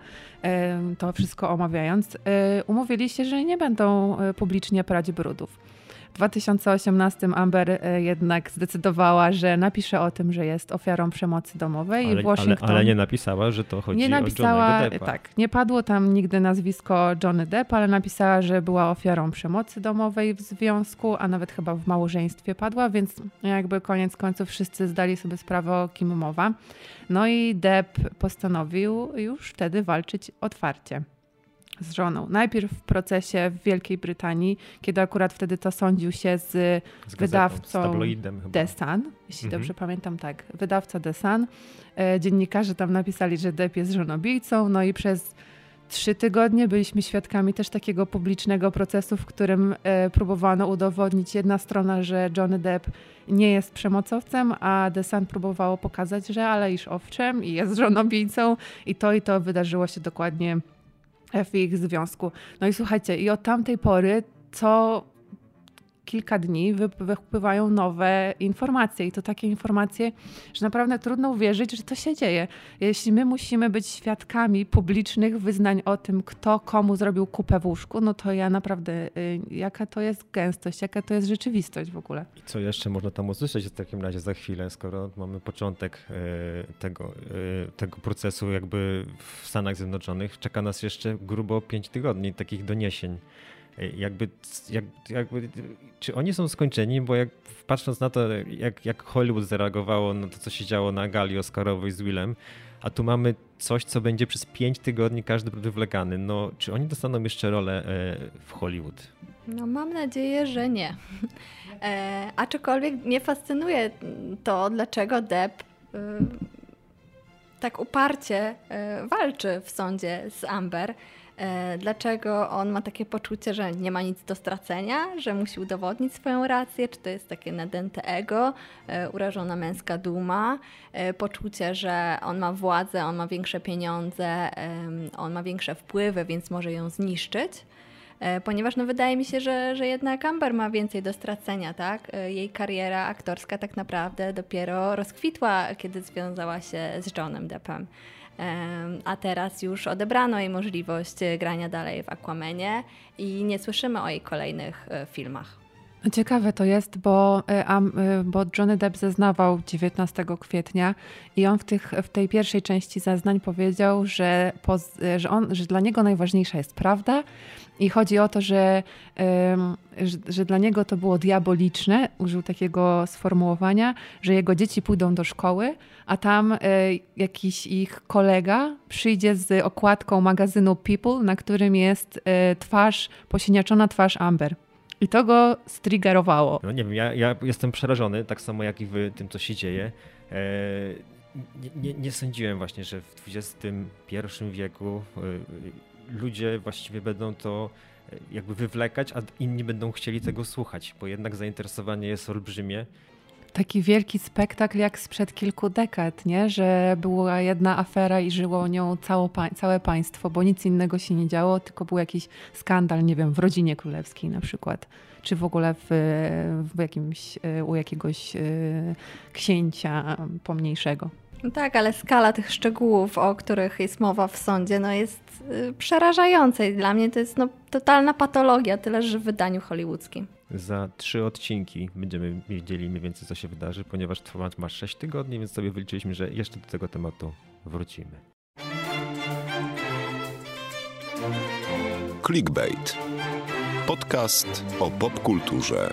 Speaker 3: to wszystko omawiając, umówili się, że nie będą publicznie prać brudów. W dwa tysiące osiemnastym Amber jednak zdecydowała, że napisze o tym, że jest ofiarą przemocy domowej.
Speaker 2: Ale,
Speaker 3: i Washington...
Speaker 2: ale, ale nie napisała, że to chodzi
Speaker 3: nie napisała,
Speaker 2: o Johnny'ego Deppa.
Speaker 3: Tak, nie padło tam nigdy nazwisko Johnny Depp, ale napisała, że była ofiarą przemocy domowej w związku, a nawet chyba w małżeństwie padła, więc jakby koniec końców wszyscy zdali sobie sprawę, o kim mowa. No i Depp postanowił już wtedy walczyć otwarcie. z żoną. Najpierw w procesie w Wielkiej Brytanii, kiedy akurat wtedy to sądził się z, z
Speaker 2: gazetą,
Speaker 3: wydawcą
Speaker 2: z tabloidem chyba.
Speaker 3: The Sun, jeśli
Speaker 2: Mhm.
Speaker 3: dobrze pamiętam, tak. Wydawca The Sun. E, dziennikarze tam napisali, że Depp jest żonobijcą, no i przez trzy tygodnie byliśmy świadkami też takiego publicznego procesu, w którym e, próbowano udowodnić jedna strona, że Johnny Depp nie jest przemocowcem, a The Sun próbowało pokazać, że ale iż owszem i jest żonobijcą i to i to wydarzyło się dokładnie w ich związku. No i słuchajcie, i od tamtej pory co kilka dni wy- wypływają nowe informacje i to takie informacje, że naprawdę trudno uwierzyć, że to się dzieje. Jeśli my musimy być świadkami publicznych wyznań o tym, kto komu zrobił kupę w łóżku, no to ja naprawdę, y, jaka to jest gęstość, jaka to jest rzeczywistość w ogóle.
Speaker 2: I co jeszcze można tam usłyszeć w takim razie za chwilę, skoro mamy początek e, tego, e, tego procesu jakby w Stanach Zjednoczonych. Czeka nas jeszcze grubo pięć tygodni takich doniesień. Jakby, jak, jakby, czy oni są skończeni? Bo jak patrząc na to, jak, jak Hollywood zareagowało na to, co się działo na gali Oscarowej z Willem, a tu mamy coś, co będzie przez pięć tygodni każdy wywlekany. No, czy oni dostaną jeszcze rolę w Hollywood?
Speaker 4: No mam nadzieję, że nie. E, aczkolwiek mnie fascynuje to, dlaczego Depp y, tak uparcie y, walczy w sądzie z Amber. Dlaczego on ma takie poczucie, że nie ma nic do stracenia, że musi udowodnić swoją rację, czy to jest takie nadęte ego, urażona męska duma, poczucie, że on ma władzę, on ma większe pieniądze, on ma większe wpływy, więc może ją zniszczyć. Ponieważ no, wydaje mi się, że, że jednak Amber ma więcej do stracenia, tak? Jej kariera aktorska tak naprawdę dopiero rozkwitła, kiedy związała się z Johnnym Deppem. A teraz już odebrano jej możliwość grania dalej w Aquamanie i nie słyszymy o jej kolejnych filmach.
Speaker 3: Ciekawe to jest, bo, bo Johnny Depp zeznawał dziewiętnastego kwietnia i on w, tych, w tej pierwszej części zeznań powiedział, że, poz, że, on, że dla niego najważniejsza jest prawda i chodzi o to, że, że, że dla niego to było diaboliczne, użył takiego sformułowania, że jego dzieci pójdą do szkoły, a tam jakiś ich kolega przyjdzie z okładką magazynu People, na którym jest twarz, posiniaczona twarz Amber. I to go striggerowało.
Speaker 2: No nie wiem, ja, ja jestem przerażony, tak samo jak i wy, tym, co się dzieje. E, nie, nie, nie sądziłem właśnie, że w dwudziestym pierwszym wieku e, ludzie właściwie będą to jakby wywlekać, a inni będą chcieli tego słuchać, bo jednak zainteresowanie jest olbrzymie.
Speaker 3: Taki wielki spektakl jak sprzed kilku dekad, nie? Że była jedna afera i żyło nią cało, całe państwo, bo nic innego się nie działo, tylko był jakiś skandal, nie wiem, w rodzinie królewskiej na przykład, czy w ogóle w, w jakimś, u jakiegoś księcia pomniejszego.
Speaker 4: No tak, ale skala tych szczegółów, o których jest mowa w sądzie, no jest przerażająca i dla mnie to jest no, totalna patologia, tyle że w wydaniu hollywoodzkim.
Speaker 2: Za trzy odcinki będziemy wiedzieli mniej więcej, co się wydarzy, ponieważ trwa masz sześć tygodni, więc sobie wyliczyliśmy, że jeszcze do tego tematu wrócimy.
Speaker 1: Clickbait. Podcast o popkulturze.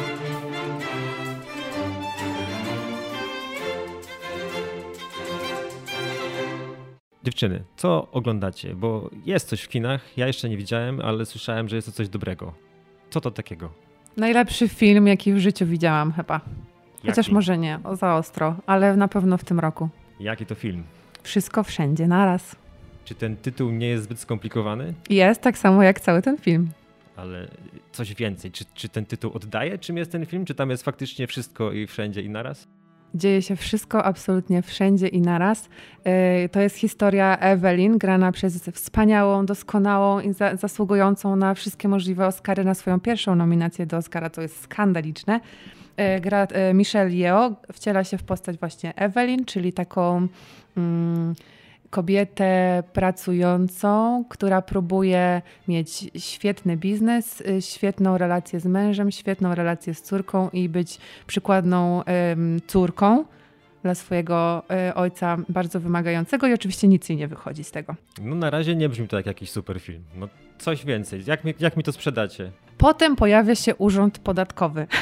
Speaker 2: Dziewczyny, co oglądacie? Bo jest coś w kinach, ja jeszcze nie widziałem, ale słyszałem, że jest to coś dobrego. Co to takiego?
Speaker 3: Najlepszy film, jaki w życiu widziałam chyba. Chociaż
Speaker 2: Jaki?
Speaker 3: może nie, o, za ostro, ale na pewno w tym roku.
Speaker 2: Jaki to film?
Speaker 3: Wszystko wszędzie, naraz.
Speaker 2: Czy ten tytuł nie jest zbyt skomplikowany?
Speaker 3: Jest tak samo jak cały ten film.
Speaker 2: Ale coś więcej. Czy, czy ten tytuł oddaje, czym jest ten film? Czy tam jest faktycznie wszystko i wszędzie i naraz?
Speaker 3: Dzieje się wszystko absolutnie wszędzie i naraz. To jest historia Evelyn, grana przez wspaniałą, doskonałą i za, zasługującą na wszystkie możliwe Oscary, na swoją pierwszą nominację do Oscara, co jest skandaliczne. Gra Michelle Yeoh, wciela się w postać właśnie Evelyn, czyli taką mm, kobietę pracującą, która próbuje mieć świetny biznes, świetną relację z mężem, świetną relację z córką i być przykładną um, córką dla swojego y, ojca bardzo wymagającego i oczywiście nic jej nie wychodzi z tego.
Speaker 2: No na razie nie brzmi to jak jakiś super film. No coś więcej. Jak mi, jak mi to sprzedacie?
Speaker 3: Potem pojawia się urząd podatkowy.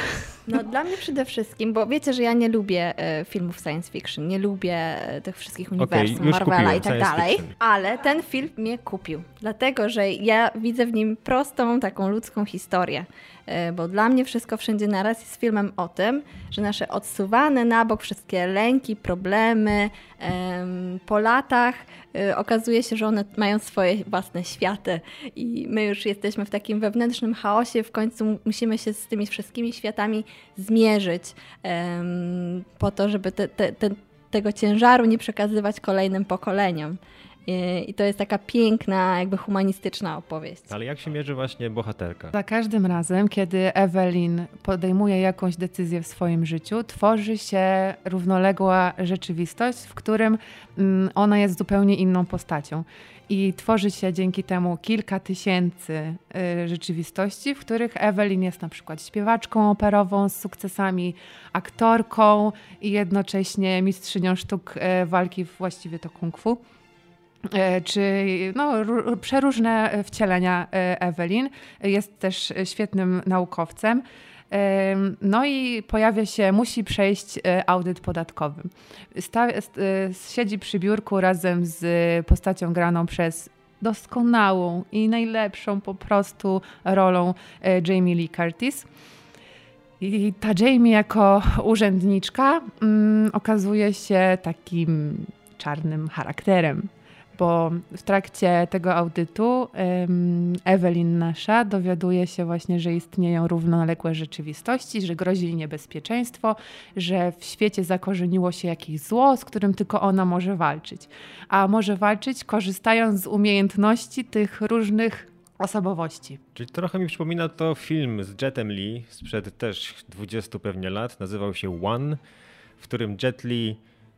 Speaker 4: No dla mnie przede wszystkim, bo wiecie, że ja nie lubię e, filmów science fiction, nie lubię e, tych wszystkich uniwersum,
Speaker 2: okay,
Speaker 4: Marvela i tak dalej,
Speaker 2: fiction.
Speaker 4: ale ten film mnie kupił, dlatego, że ja widzę w nim prostą, taką ludzką historię, e, bo dla mnie Wszystko Wszędzie Naraz jest filmem o tym, że nasze odsuwane na bok wszystkie lęki, problemy e, po latach e, okazuje się, że one mają swoje własne światy i my już jesteśmy w takim wewnętrznym chaosie, w końcu musimy się z tymi wszystkimi światami zmierzyć um, po to, żeby te, te, te, tego ciężaru nie przekazywać kolejnym pokoleniom. I, I to jest taka piękna, jakby humanistyczna opowieść.
Speaker 2: Ale jak się mierzy właśnie bohaterka?
Speaker 3: Za każdym razem, kiedy Evelyn podejmuje jakąś decyzję w swoim życiu, tworzy się równoległa rzeczywistość, w którym mm, ona jest zupełnie inną postacią. I tworzy się dzięki temu kilka tysięcy y, rzeczywistości, w których Evelyn jest na przykład śpiewaczką operową z sukcesami, aktorką i jednocześnie mistrzynią sztuk y, walki, właściwie to kung fu. Czy no, r- przeróżne wcielenia Evelyn. Jest też świetnym naukowcem. No i pojawia się, musi przejść audyt podatkowy. Sta- siedzi przy biurku razem z postacią graną przez doskonałą i najlepszą po prostu rolą Jamie Lee Curtis. I ta Jamie jako urzędniczka mm, okazuje się takim czarnym charakterem. Bo w trakcie tego audytu um, Evelyn nasza dowiaduje się właśnie, że istnieją równoległe rzeczywistości, że grozi jej niebezpieczeństwo, że w świecie zakorzeniło się jakieś zło, z którym tylko ona może walczyć. A może walczyć korzystając z umiejętności tych różnych osobowości.
Speaker 2: Czyli trochę mi przypomina to film z Jetem Li sprzed też dwudziestu pewnie lat. Nazywał się One, w którym Jet Li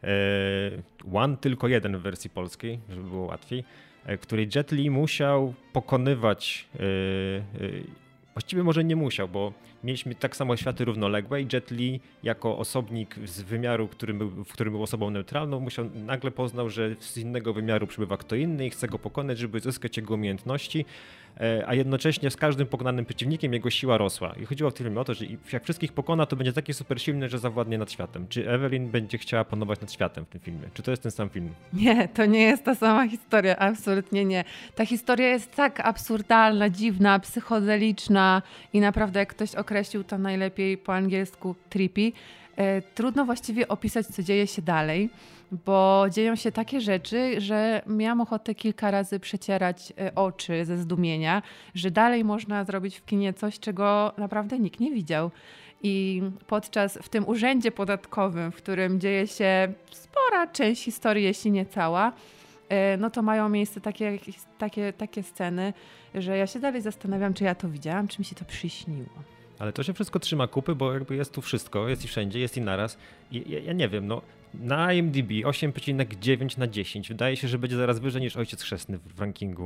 Speaker 2: One, tylko jeden w wersji polskiej, żeby było łatwiej, w której Jet Li musiał pokonywać, właściwie może nie musiał, bo mieliśmy tak samo światy równoległe i Jet Li jako osobnik z wymiaru, którym był, w którym był osobą neutralną, musiał, nagle poznał, że z innego wymiaru przybywa kto inny i chce go pokonać, żeby zyskać jego umiejętności, a jednocześnie z każdym pokonanym przeciwnikiem jego siła rosła. I chodziło w tym filmie o to, że jak wszystkich pokona, to będzie taki super silny, że zawładnie nad światem. Czy Evelyn będzie chciała panować nad światem w tym filmie? Czy to jest ten sam film?
Speaker 3: Nie, to nie jest ta sama historia, absolutnie nie. Ta historia jest tak absurdalna, dziwna, psychodeliczna i naprawdę jak ktoś określił to najlepiej po angielsku trippy, e, trudno właściwie opisać, co dzieje się dalej, bo dzieją się takie rzeczy, że miałam ochotę kilka razy przecierać oczy ze zdumienia, że dalej można zrobić w kinie coś, czego naprawdę nikt nie widział. I podczas w tym urzędzie podatkowym, w którym dzieje się spora część historii, jeśli nie cała, no to mają miejsce takie, takie, takie sceny, że ja się dalej zastanawiam, czy ja to widziałam, czy mi się to przyśniło.
Speaker 2: Ale to się wszystko trzyma kupy, bo jakby jest tu wszystko, jest i wszędzie, jest i naraz. I ja, ja nie wiem, no na I M D B osiem przecinek dziewięć na dziesięć. Wydaje się, że będzie zaraz wyżej niż Ojciec Chrzestny w rankingu.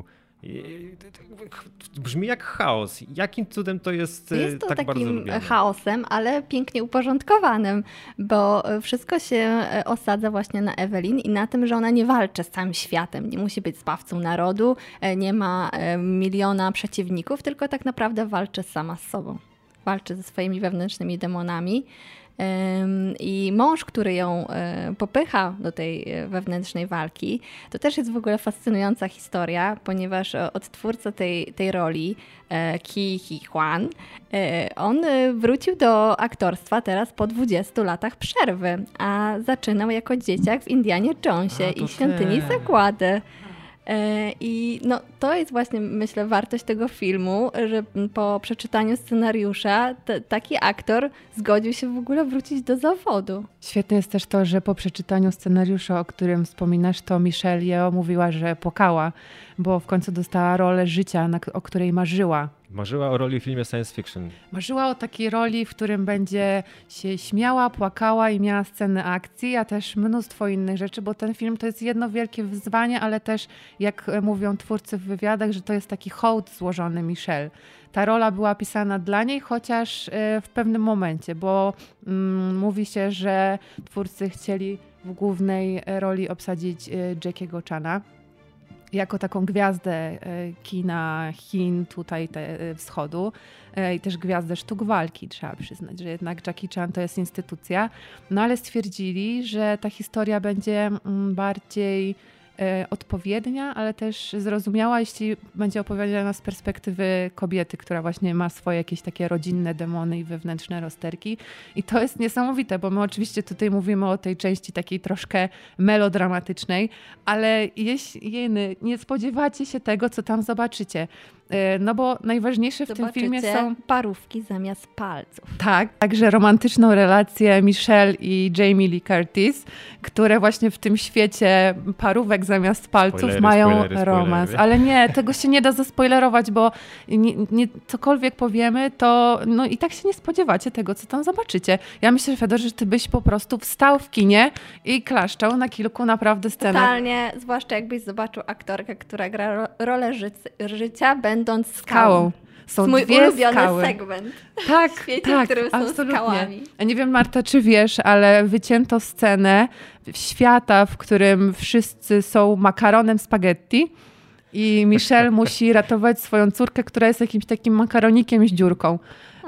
Speaker 2: Brzmi jak chaos. Jakim cudem to jest,
Speaker 4: jest to
Speaker 2: tak bardzo lubiane?
Speaker 4: Jest takim chaosem, ale pięknie uporządkowanym, bo wszystko się osadza właśnie na Evelyn i na tym, że ona nie walczy z całym światem, nie musi być zbawcą narodu, nie ma miliona przeciwników, tylko tak naprawdę walczy sama z sobą. Walczy ze swoimi wewnętrznymi demonami. I mąż, który ją popycha do tej wewnętrznej walki, to też jest w ogóle fascynująca historia, ponieważ odtwórca tej, tej roli, Ke Huy Quan, on wrócił do aktorstwa teraz po dwudziestu latach przerwy, a zaczynał jako dzieciak w Indianie Jonesie i Świątyni Zagłady. I no, to jest właśnie, myślę, wartość tego filmu, że po przeczytaniu scenariusza t- taki aktor zgodził się w ogóle wrócić do zawodu.
Speaker 3: Świetne jest też to, że po przeczytaniu scenariusza, o którym wspominasz, to Michelle Yeoh mówiła, że płakała, bo w końcu dostała rolę życia, na, o której marzyła.
Speaker 2: Marzyła o roli w filmie science fiction.
Speaker 3: Marzyła o takiej roli, w którym będzie się śmiała, płakała i miała sceny akcji, a też mnóstwo innych rzeczy, bo ten film to jest jedno wielkie wyzwanie, ale też, jak mówią twórcy w wywiadach, że to jest taki hołd złożony Michelle. Ta rola była pisana dla niej, chociaż w pewnym momencie, bo mm, mówi się, że twórcy chcieli w głównej roli obsadzić Jackiego Chana. jako taką gwiazdę kina Chin, tutaj te, wschodu i też gwiazdę sztuk walki, trzeba przyznać, że jednak Jackie Chan to jest instytucja. No ale stwierdzili, że ta historia będzie bardziej odpowiednia, ale też zrozumiała, jeśli będzie opowiadana z perspektywy kobiety, która właśnie ma swoje jakieś takie rodzinne demony i wewnętrzne rozterki. I to jest niesamowite, bo my oczywiście tutaj mówimy o tej części takiej troszkę melodramatycznej, ale jeśli nie spodziewacie się tego, co tam zobaczycie, no bo najważniejsze w
Speaker 4: Zobaczycie
Speaker 3: tym filmie są
Speaker 4: parówki zamiast palców.
Speaker 3: Tak, także romantyczną relację Michelle i Jamie Lee Curtis, które właśnie w tym świecie parówek zamiast palców
Speaker 2: spoilery,
Speaker 3: mają
Speaker 2: spoilery,
Speaker 3: romans.
Speaker 2: spoilery.
Speaker 3: Ale nie, tego się nie da zaspoilerować, bo nie, nie, cokolwiek powiemy, to no i tak się nie spodziewacie tego, co tam zobaczycie. Ja myślę, Fedor, że ty byś po prostu wstał w kinie i klaszczał na kilku naprawdę scenach.
Speaker 4: Totalnie, zwłaszcza jakbyś zobaczył aktorkę, która gra ro- rolę życ- życia, będąc skałą.
Speaker 3: Skałą. Są
Speaker 4: Mój
Speaker 3: dwie
Speaker 4: ulubiony
Speaker 3: skały.
Speaker 4: segment
Speaker 3: Tak,
Speaker 4: w świecie,
Speaker 3: tak,
Speaker 4: w którym są
Speaker 3: absolutnie.
Speaker 4: skałami.
Speaker 3: A nie wiem, Marta, czy wiesz, ale wycięto scenę świata, w którym wszyscy są makaronem spaghetti i Michelle musi ratować swoją córkę, która jest jakimś takim makaronikiem z dziurką.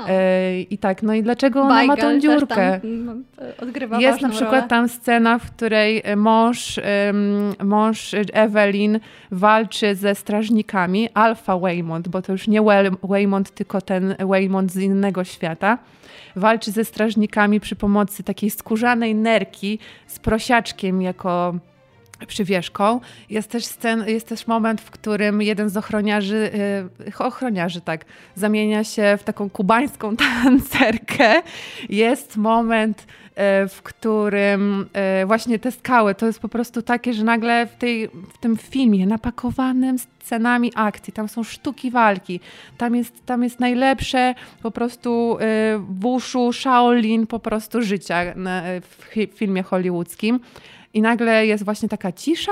Speaker 3: E, I tak, no i dlaczego ona ma tą dziurkę?
Speaker 4: Odgrywa
Speaker 3: Jest na
Speaker 4: ważną
Speaker 3: przykład
Speaker 4: rolę.
Speaker 3: tam scena, w której mąż, um, mąż Evelyn walczy ze strażnikami, Alpha Waymond, bo to już nie Waymond, tylko ten Waymond z innego świata. Walczy ze strażnikami przy pomocy takiej skórzanej nerki z prosiaczkiem jako przywieszką. Jest też, scen, jest też moment, w którym jeden z ochroniarzy, yy, ochroniarzy tak, zamienia się w taką kubańską tancerkę. Jest moment, yy, w którym yy, właśnie te skały, to jest po prostu takie, że nagle w, tej, w tym filmie napakowanym scenami akcji, tam są sztuki walki, tam jest, tam jest najlepsze po prostu yy, wushu, Shaolin po prostu życia na, w filmie hollywoodzkim. I nagle jest właśnie taka cisza,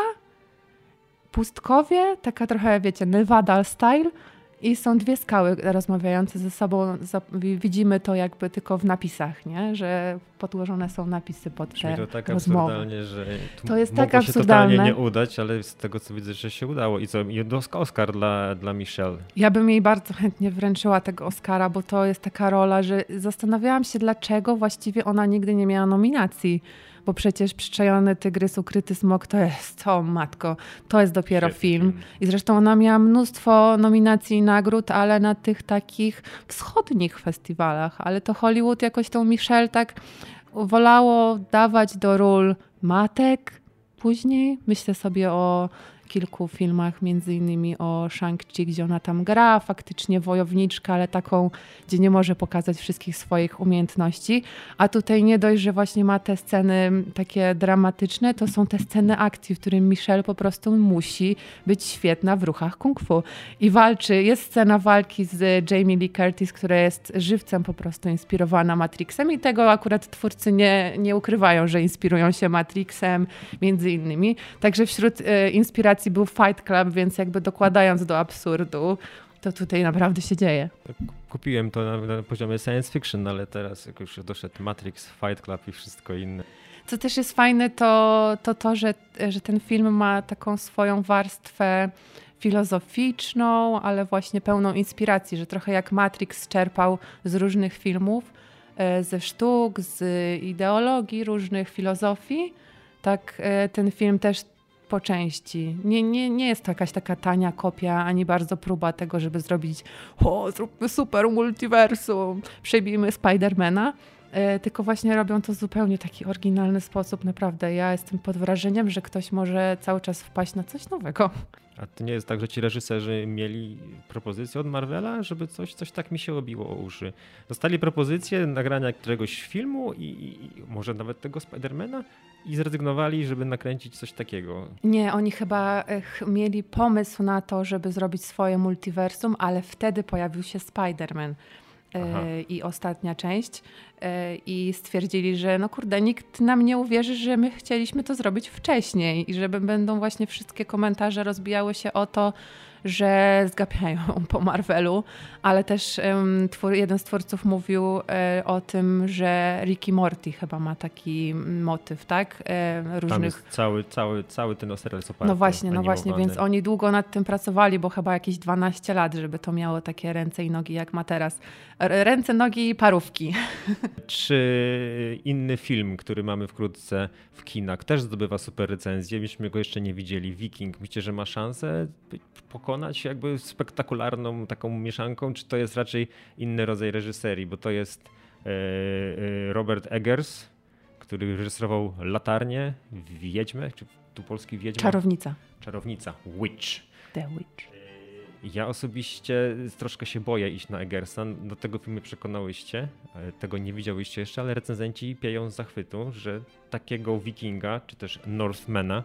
Speaker 3: pustkowie, taka trochę, wiecie, Nevada style i są dwie skały rozmawiające ze sobą. Widzimy to jakby tylko w napisach, nie? Że podłożone są napisy pod te
Speaker 2: Brzmi to tak
Speaker 3: rozmowy.
Speaker 2: absurdalnie, że tu
Speaker 3: To jest
Speaker 2: mogło
Speaker 3: tak
Speaker 2: się
Speaker 3: absurdalne.
Speaker 2: totalnie nie udać, ale z tego co widzę, że się udało. I co, i Oscar dla, dla Michelle.
Speaker 3: Ja bym jej bardzo chętnie wręczyła tego Oscara, bo to jest taka rola, że zastanawiałam się, dlaczego właściwie ona nigdy nie miała nominacji. Bo przecież Przyczajony tygrys, ukryty smok to jest, o matko, to jest dopiero
Speaker 2: Świetny
Speaker 3: film.
Speaker 2: film.
Speaker 3: I zresztą ona miała mnóstwo nominacji i nagród, ale na tych takich wschodnich festiwalach. Ale to Hollywood jakoś tą Michelle tak wolało dawać do ról matek później. Myślę sobie o kilku filmach, między innymi o Shang-Chi, gdzie ona tam gra, faktycznie wojowniczka, ale taką, gdzie nie może pokazać wszystkich swoich umiejętności. A tutaj nie dość, że właśnie ma te sceny takie dramatyczne, to są te sceny akcji, w którym Michelle po prostu musi być świetna w ruchach kung fu. I walczy, jest scena walki z Jamie Lee Curtis, która jest żywcem po prostu inspirowana Matrixem i tego akurat twórcy nie, nie ukrywają, że inspirują się Matrixem, między innymi. Także wśród e, inspiracji był Fight Club, więc jakby dokładając do absurdu, to tutaj naprawdę się dzieje.
Speaker 2: Kupiłem to na, na poziomie science fiction, ale teraz jak już doszedł Matrix, Fight Club i wszystko inne.
Speaker 3: Co też jest fajne, to to, to że, że ten film ma taką swoją warstwę filozoficzną, ale właśnie pełną inspiracji, że trochę jak Matrix czerpał z różnych filmów, ze sztuk, z ideologii różnych filozofii, tak ten film też po części. Nie, nie, nie jest to jakaś taka tania kopia, ani bardzo próba tego, żeby zrobić o, zróbmy super multiversum, przebijmy Spidermana, e, tylko właśnie robią to w zupełnie taki oryginalny sposób. Naprawdę, ja jestem pod wrażeniem, że ktoś może cały czas wpaść na coś nowego.
Speaker 2: A to nie jest tak, że ci reżyserzy mieli propozycję od Marvela, żeby coś, coś tak mi się obiło o uszy. Dostali propozycję nagrania któregoś filmu i, i może nawet tego Spidermana i zrezygnowali, żeby nakręcić coś takiego.
Speaker 3: Nie, oni chyba ch, mieli pomysł na to, żeby zrobić swoje multiversum, ale wtedy pojawił się Spider-Man. e, i ostatnia część e, i stwierdzili, że no kurde, nikt nam nie uwierzy, że my chcieliśmy to zrobić wcześniej i że będą właśnie wszystkie komentarze rozbijały się o to, że zgapiają po Marvelu, ale też um, twór, jeden z twórców mówił e, o tym, że Rick i Morty chyba ma taki motyw, tak? E, różnych...
Speaker 2: Tam jest cały, cały, cały ten serial jest oparty.
Speaker 3: No właśnie, no właśnie,
Speaker 2: animowany.
Speaker 3: więc oni długo nad tym pracowali, bo chyba jakieś dwanaście lat, żeby to miało takie ręce i nogi jak ma teraz. R- ręce, nogi i parówki.
Speaker 2: Czy inny film, który mamy wkrótce w kinach, też zdobywa super recenzję? Myśmy go jeszcze nie widzieli. Wiking. Myślicie, że ma szansę pokonać jakby spektakularną taką mieszanką, czy to jest raczej inny rodzaj reżyserii? Bo to jest e, e, Robert Eggers, który reżyserował Latarnię, Wiedźmę, czy tu polski Wiedźma?
Speaker 3: Czarownica.
Speaker 2: Czarownica. Witch.
Speaker 3: The Witch.
Speaker 2: Ja osobiście troszkę się boję iść na Eggersa. Do tego filmu przekonałyście, tego nie widziałyście jeszcze, ale recenzenci pieją z zachwytu, że takiego Wikinga, czy też Northmana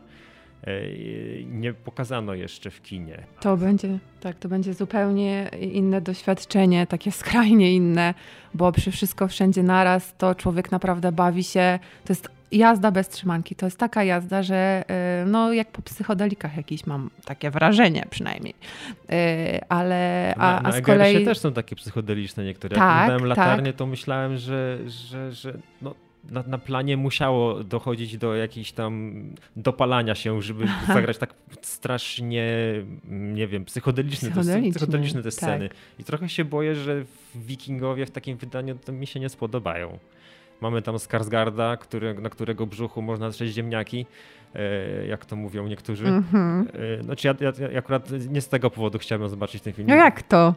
Speaker 2: nie pokazano jeszcze w kinie.
Speaker 3: To będzie, tak, to będzie zupełnie inne doświadczenie, takie skrajnie inne, bo przy wszystko wszędzie naraz to człowiek naprawdę bawi się. To jest jazda bez trzymanki. To jest taka jazda, że no jak po psychodelikach jakiś mam takie wrażenie przynajmniej. Ale a,
Speaker 2: na, na
Speaker 3: a z kolei...
Speaker 2: Eggersie też są takie psychodeliczne niektóre. Jak
Speaker 3: tak,
Speaker 2: oglądałem Latarnię,
Speaker 3: tak.
Speaker 2: to myślałem, że, że, że no, na, na planie musiało dochodzić do jakichś tam dopalania się, żeby Aha. zagrać tak strasznie, nie wiem, psychodeliczne,
Speaker 3: Psychodeliczne,
Speaker 2: psychodeliczne te sceny.
Speaker 3: tak.
Speaker 2: I trochę się boję, że Wikingowie w takim wydaniu to mi się nie spodobają. Mamy tam Skarsgarda, który, na którego brzuchu można trzeć ziemniaki, e, jak to mówią niektórzy. Mm-hmm. E, znaczy ja, ja, ja akurat nie z tego powodu chciałem zobaczyć ten film.
Speaker 3: No jak to?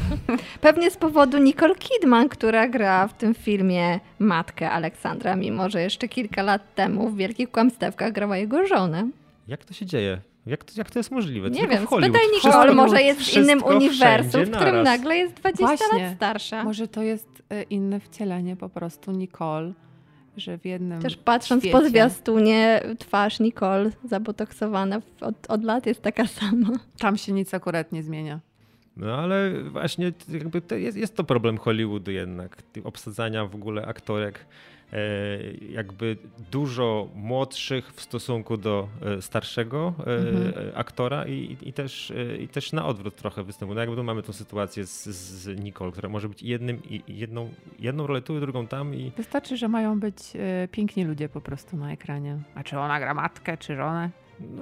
Speaker 4: Pewnie z powodu Nicole Kidman, która gra w tym filmie matkę Aleksandra, mimo że jeszcze kilka lat temu w Wielkich Kłamstewkach grała jego żonę.
Speaker 2: Jak to się dzieje? Jak to, jak to jest możliwe?
Speaker 4: Nie
Speaker 2: Tylko
Speaker 4: wiem,
Speaker 2: w Hollywood.
Speaker 4: spytaj Nicole,
Speaker 2: Wszystko,
Speaker 4: może jest w innym uniwersum, w którym
Speaker 2: naraz.
Speaker 4: nagle jest dwadzieścia
Speaker 3: Właśnie.
Speaker 4: lat starsza.
Speaker 3: Może to jest inne wcielenie po prostu Nicole, że w jednym
Speaker 4: Też patrząc
Speaker 3: świecie.
Speaker 4: po zwiastunie, twarz Nicole zabotoksowana od, od lat jest taka sama.
Speaker 3: Tam się nic akurat nie zmienia.
Speaker 2: No ale właśnie jakby to jest, jest to problem Hollywoodu jednak, obsadzania w ogóle aktorek e, jakby dużo młodszych w stosunku do e, starszego e, mhm. aktora i, i, też, e, i też na odwrót trochę występuje. No jakby tu mamy tą sytuację z, z Nicole, która może być jednym i jedną, jedną rolę tu, drugą tam. I...
Speaker 3: Wystarczy, że mają być e, piękni ludzie po prostu na ekranie. A czy ona gra matkę, czy żonę?
Speaker 2: No...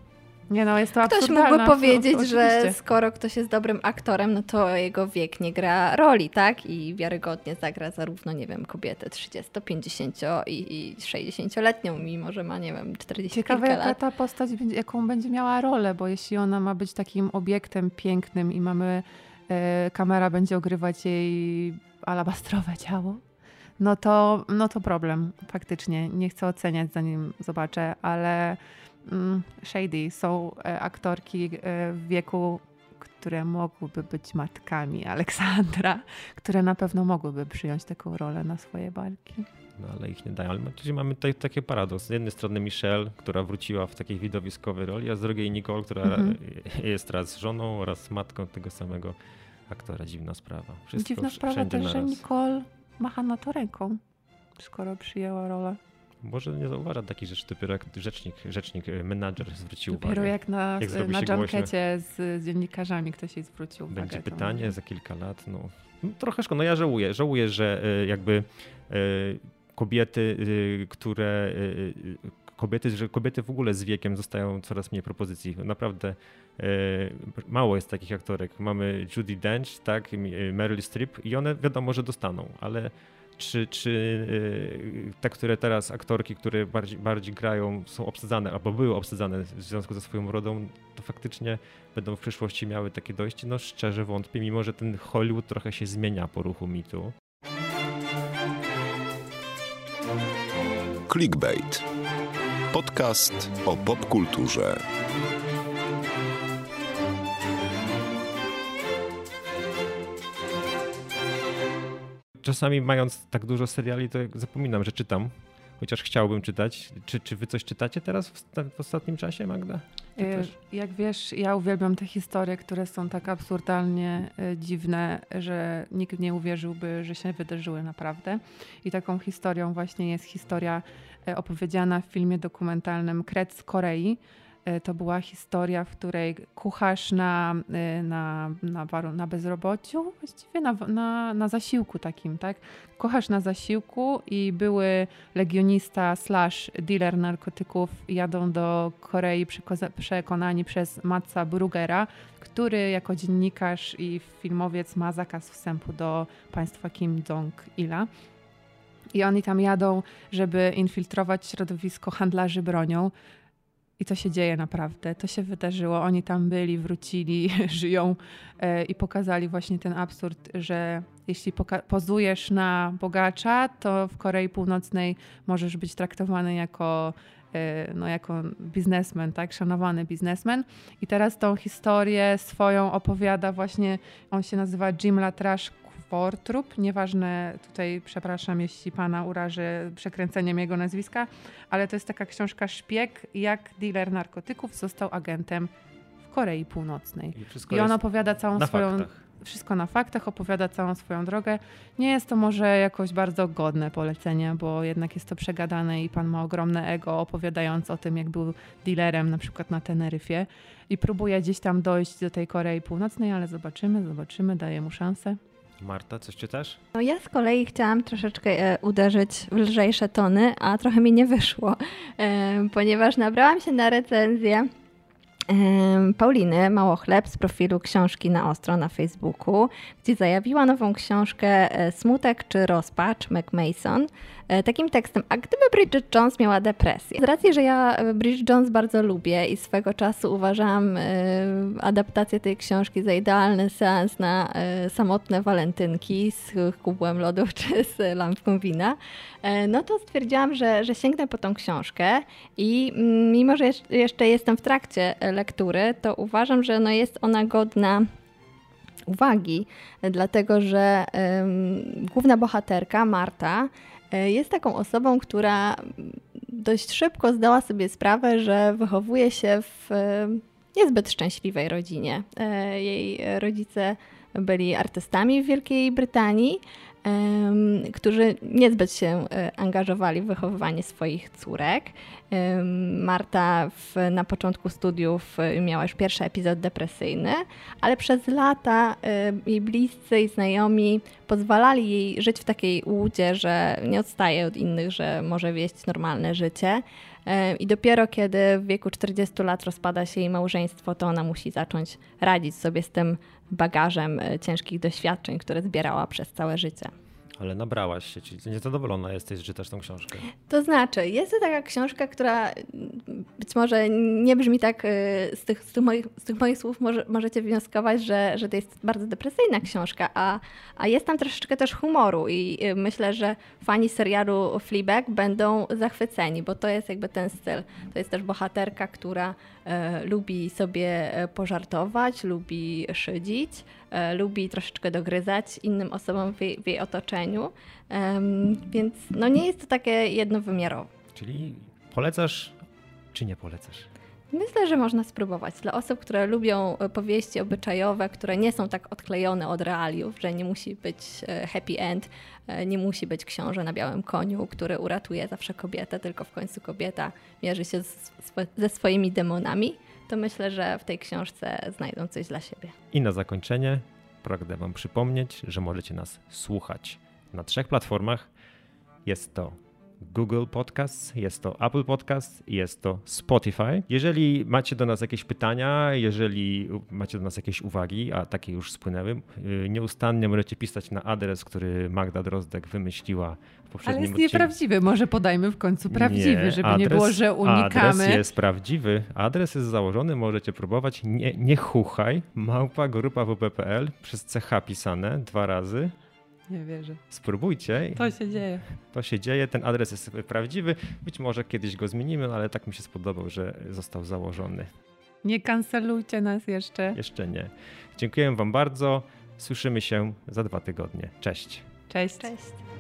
Speaker 3: Nie no, jest to
Speaker 4: Ktoś
Speaker 3: absurdalne.
Speaker 4: mógłby powiedzieć,
Speaker 3: to,
Speaker 4: że skoro ktoś jest dobrym aktorem, no to jego wiek nie gra roli, tak? I wiarygodnie zagra zarówno, nie wiem, kobietę trzydziesto, pięćdziesięcio i sześćdziesięcioletnią, mimo że ma, nie wiem, czterdzieści
Speaker 3: Ciekawe,
Speaker 4: kilka
Speaker 3: jaka
Speaker 4: lat.
Speaker 3: ta postać, jaką będzie miała rolę, bo jeśli ona ma być takim obiektem pięknym i mamy, e, kamera będzie ogrywać jej alabastrowe ciało, no to, no to problem, faktycznie. Nie chcę oceniać, zanim zobaczę, ale mm, shady. Są e, aktorki e, w wieku, które mogłyby być matkami Aleksandra, które na pewno mogłyby przyjąć taką rolę na swoje barki.
Speaker 2: No ale ich nie dają. Ale my, mamy tutaj taki paradoks. Z jednej strony Michelle, która wróciła w takiej widowiskowej roli, a z drugiej Nicole, która mm-hmm. jest raz żoną oraz matką tego samego aktora. Dziwna sprawa. Wszystko
Speaker 3: Dziwna sprawa też, że Nicole macha na to ręką, skoro przyjęła rolę.
Speaker 2: Może nie zauważa takich rzeczy, dopiero jak rzecznik, rzecznik menadżer zwrócił
Speaker 3: dopiero
Speaker 2: uwagę.
Speaker 3: Dopiero jak na, jak na dżankecie z dziennikarzami ktoś jej zwrócił uwagę.
Speaker 2: Będzie pytanie to... za kilka lat. No, no, trochę szkoda. No ja żałuję. Żałuję, że jakby kobiety, które... Kobiety, że kobiety w ogóle z wiekiem zostają coraz mniej propozycji. Naprawdę e, mało jest takich aktorek. Mamy Judi Dench, tak, Meryl Streep i one wiadomo, że dostaną, ale czy, czy e, te, które teraz aktorki, które bardziej, bardziej grają, są obsadzane albo były obsadzane w związku ze swoją urodą, to faktycznie będą w przyszłości miały takie dojście? No szczerze wątpię, mimo że ten Hollywood trochę się zmienia po ruchu mitu.
Speaker 1: Clickbait. Podcast o popkulturze.
Speaker 2: Czasami mając tak dużo seriali, to zapominam, że czytam. Chociaż chciałbym czytać. Czy, czy wy coś czytacie teraz w, w ostatnim czasie, Magda?
Speaker 3: Jak wiesz, ja uwielbiam te historie, które są tak absurdalnie dziwne, że nikt nie uwierzyłby, że się wydarzyły naprawdę. I taką historią właśnie jest historia opowiedziana w filmie dokumentalnym Kret z Korei, To była historia, w której kucharz na, na, na, na bezrobociu, właściwie na, na, na zasiłku takim, tak? Kucharz na zasiłku i były legionista slash dealer narkotyków jadą do Korei przekonani przez Matsa Brugera, który jako dziennikarz i filmowiec ma zakaz wstępu do państwa Kim Jong-ila. I oni tam jadą, żeby infiltrować środowisko handlarzy bronią. I to się dzieje naprawdę. To się wydarzyło. Oni tam byli, wrócili, żyją e, i pokazali właśnie ten absurd, że jeśli poka- pozujesz na bogacza, to w Korei Północnej możesz być traktowany jako, e, no, jako biznesmen, tak? Szanowany biznesmen. I teraz tą historię swoją opowiada właśnie, on się nazywa Jim Latrash Wortrup, nieważne, tutaj przepraszam, jeśli pana uraży przekręceniem jego nazwiska, ale to jest taka książka Szpieg, jak dealer narkotyków został agentem w Korei Północnej. I, I on opowiada całą swoją... Faktach. Wszystko na faktach, opowiada całą swoją drogę. Nie jest to może jakoś bardzo godne polecenie, bo jednak jest to przegadane i pan ma ogromne ego, opowiadając o tym, jak był dealerem na przykład na Teneryfie i próbuje gdzieś tam dojść do tej Korei Północnej, ale zobaczymy, zobaczymy, daję mu szansę.
Speaker 2: Marta, coś czytasz?
Speaker 4: No ja z kolei chciałam troszeczkę e, uderzyć w lżejsze tony, a trochę mi nie wyszło, e, ponieważ nabrałam się na recenzję e, Pauliny Małochleb z profilu Książki na Ostro na Facebooku, gdzie zajawiła nową książkę e, Smutek czy rozpacz McMason. E, takim tekstem, a gdyby Bridget Jones miała depresję? Z racji, że ja Bridget Jones bardzo lubię i swego czasu uważałam e, adaptację tej książki za idealny seans na e, samotne walentynki z kubłem lodów czy z lampką wina, e, no to stwierdziłam, że, że sięgnę po tą książkę i m, mimo, że jeszcze jestem w trakcie lektury, to uważam, że no jest ona godna uwagi, dlatego że um, główna bohaterka, Marta, jest taką osobą, która dość szybko zdała sobie sprawę, że wychowuje się w niezbyt szczęśliwej rodzinie. Jej rodzice byli artystami w Wielkiej Brytanii, którzy niezbyt się angażowali w wychowywanie swoich córek. Marta w, na początku studiów miała już pierwszy epizod depresyjny, ale przez lata jej bliscy i znajomi pozwalali jej żyć w takiej łudzie, że nie odstaje od innych, że może wieść normalne życie. I dopiero kiedy w wieku czterdziestu lat rozpada się jej małżeństwo, to ona musi zacząć radzić sobie z tym bagażem ciężkich doświadczeń, które zbierała przez całe życie.
Speaker 2: Ale nabrałaś się, czyli niezadowolona jesteś, że czytasz tą książkę.
Speaker 4: To znaczy, jest to taka książka, która być może nie brzmi tak, z tych, z tych, moich, z tych moich słów może, możecie wnioskować, że, że to jest bardzo depresyjna książka, a, a jest tam troszeczkę też humoru i myślę, że fani serialu Fleabag będą zachwyceni, bo to jest jakby ten styl. To jest też bohaterka, która e, lubi sobie pożartować, lubi szydzić, e, lubi troszeczkę dogryzać innym osobom w jej, w jej otoczeniu. Um, więc no nie jest to takie jednowymiarowe.
Speaker 2: Czyli polecasz, czy nie polecasz?
Speaker 4: Myślę, że można spróbować. Dla osób, które lubią powieści obyczajowe, które nie są tak odklejone od realiów, że nie musi być happy end, nie musi być książę na białym koniu, który uratuje zawsze kobietę, tylko w końcu kobieta mierzy się z, ze swoimi demonami, to myślę, że w tej książce znajdą coś dla siebie.
Speaker 2: I na zakończenie pragnę wam przypomnieć, że możecie nas słuchać na trzech platformach. Jest to Google Podcasts, jest to Apple Podcasts i jest to Spotify. Jeżeli macie do nas jakieś pytania, jeżeli macie do nas jakieś uwagi, a takie już spłynęły, nieustannie możecie pisać na adres, który Magda Drozdek wymyśliła w poprzednim
Speaker 3: Ale jest
Speaker 2: odcinku.
Speaker 3: nieprawdziwy, może podajmy w końcu prawdziwy, nie, żeby adres, nie było, że unikamy.
Speaker 2: Adres jest prawdziwy, adres jest założony, możecie próbować. Nie, nie chuchaj, małpa grupa w p kropka p l przez C H pisane dwa razy.
Speaker 3: Nie wierzę.
Speaker 2: Spróbujcie.
Speaker 3: To się dzieje.
Speaker 2: To się dzieje, ten adres jest prawdziwy. Być może kiedyś go zmienimy, ale tak mi się spodobał, że został założony.
Speaker 3: Nie kancelujcie nas jeszcze.
Speaker 2: Jeszcze nie. Dziękuję wam bardzo. Słyszymy się za dwa tygodnie. Cześć.
Speaker 3: Cześć.
Speaker 4: Cześć.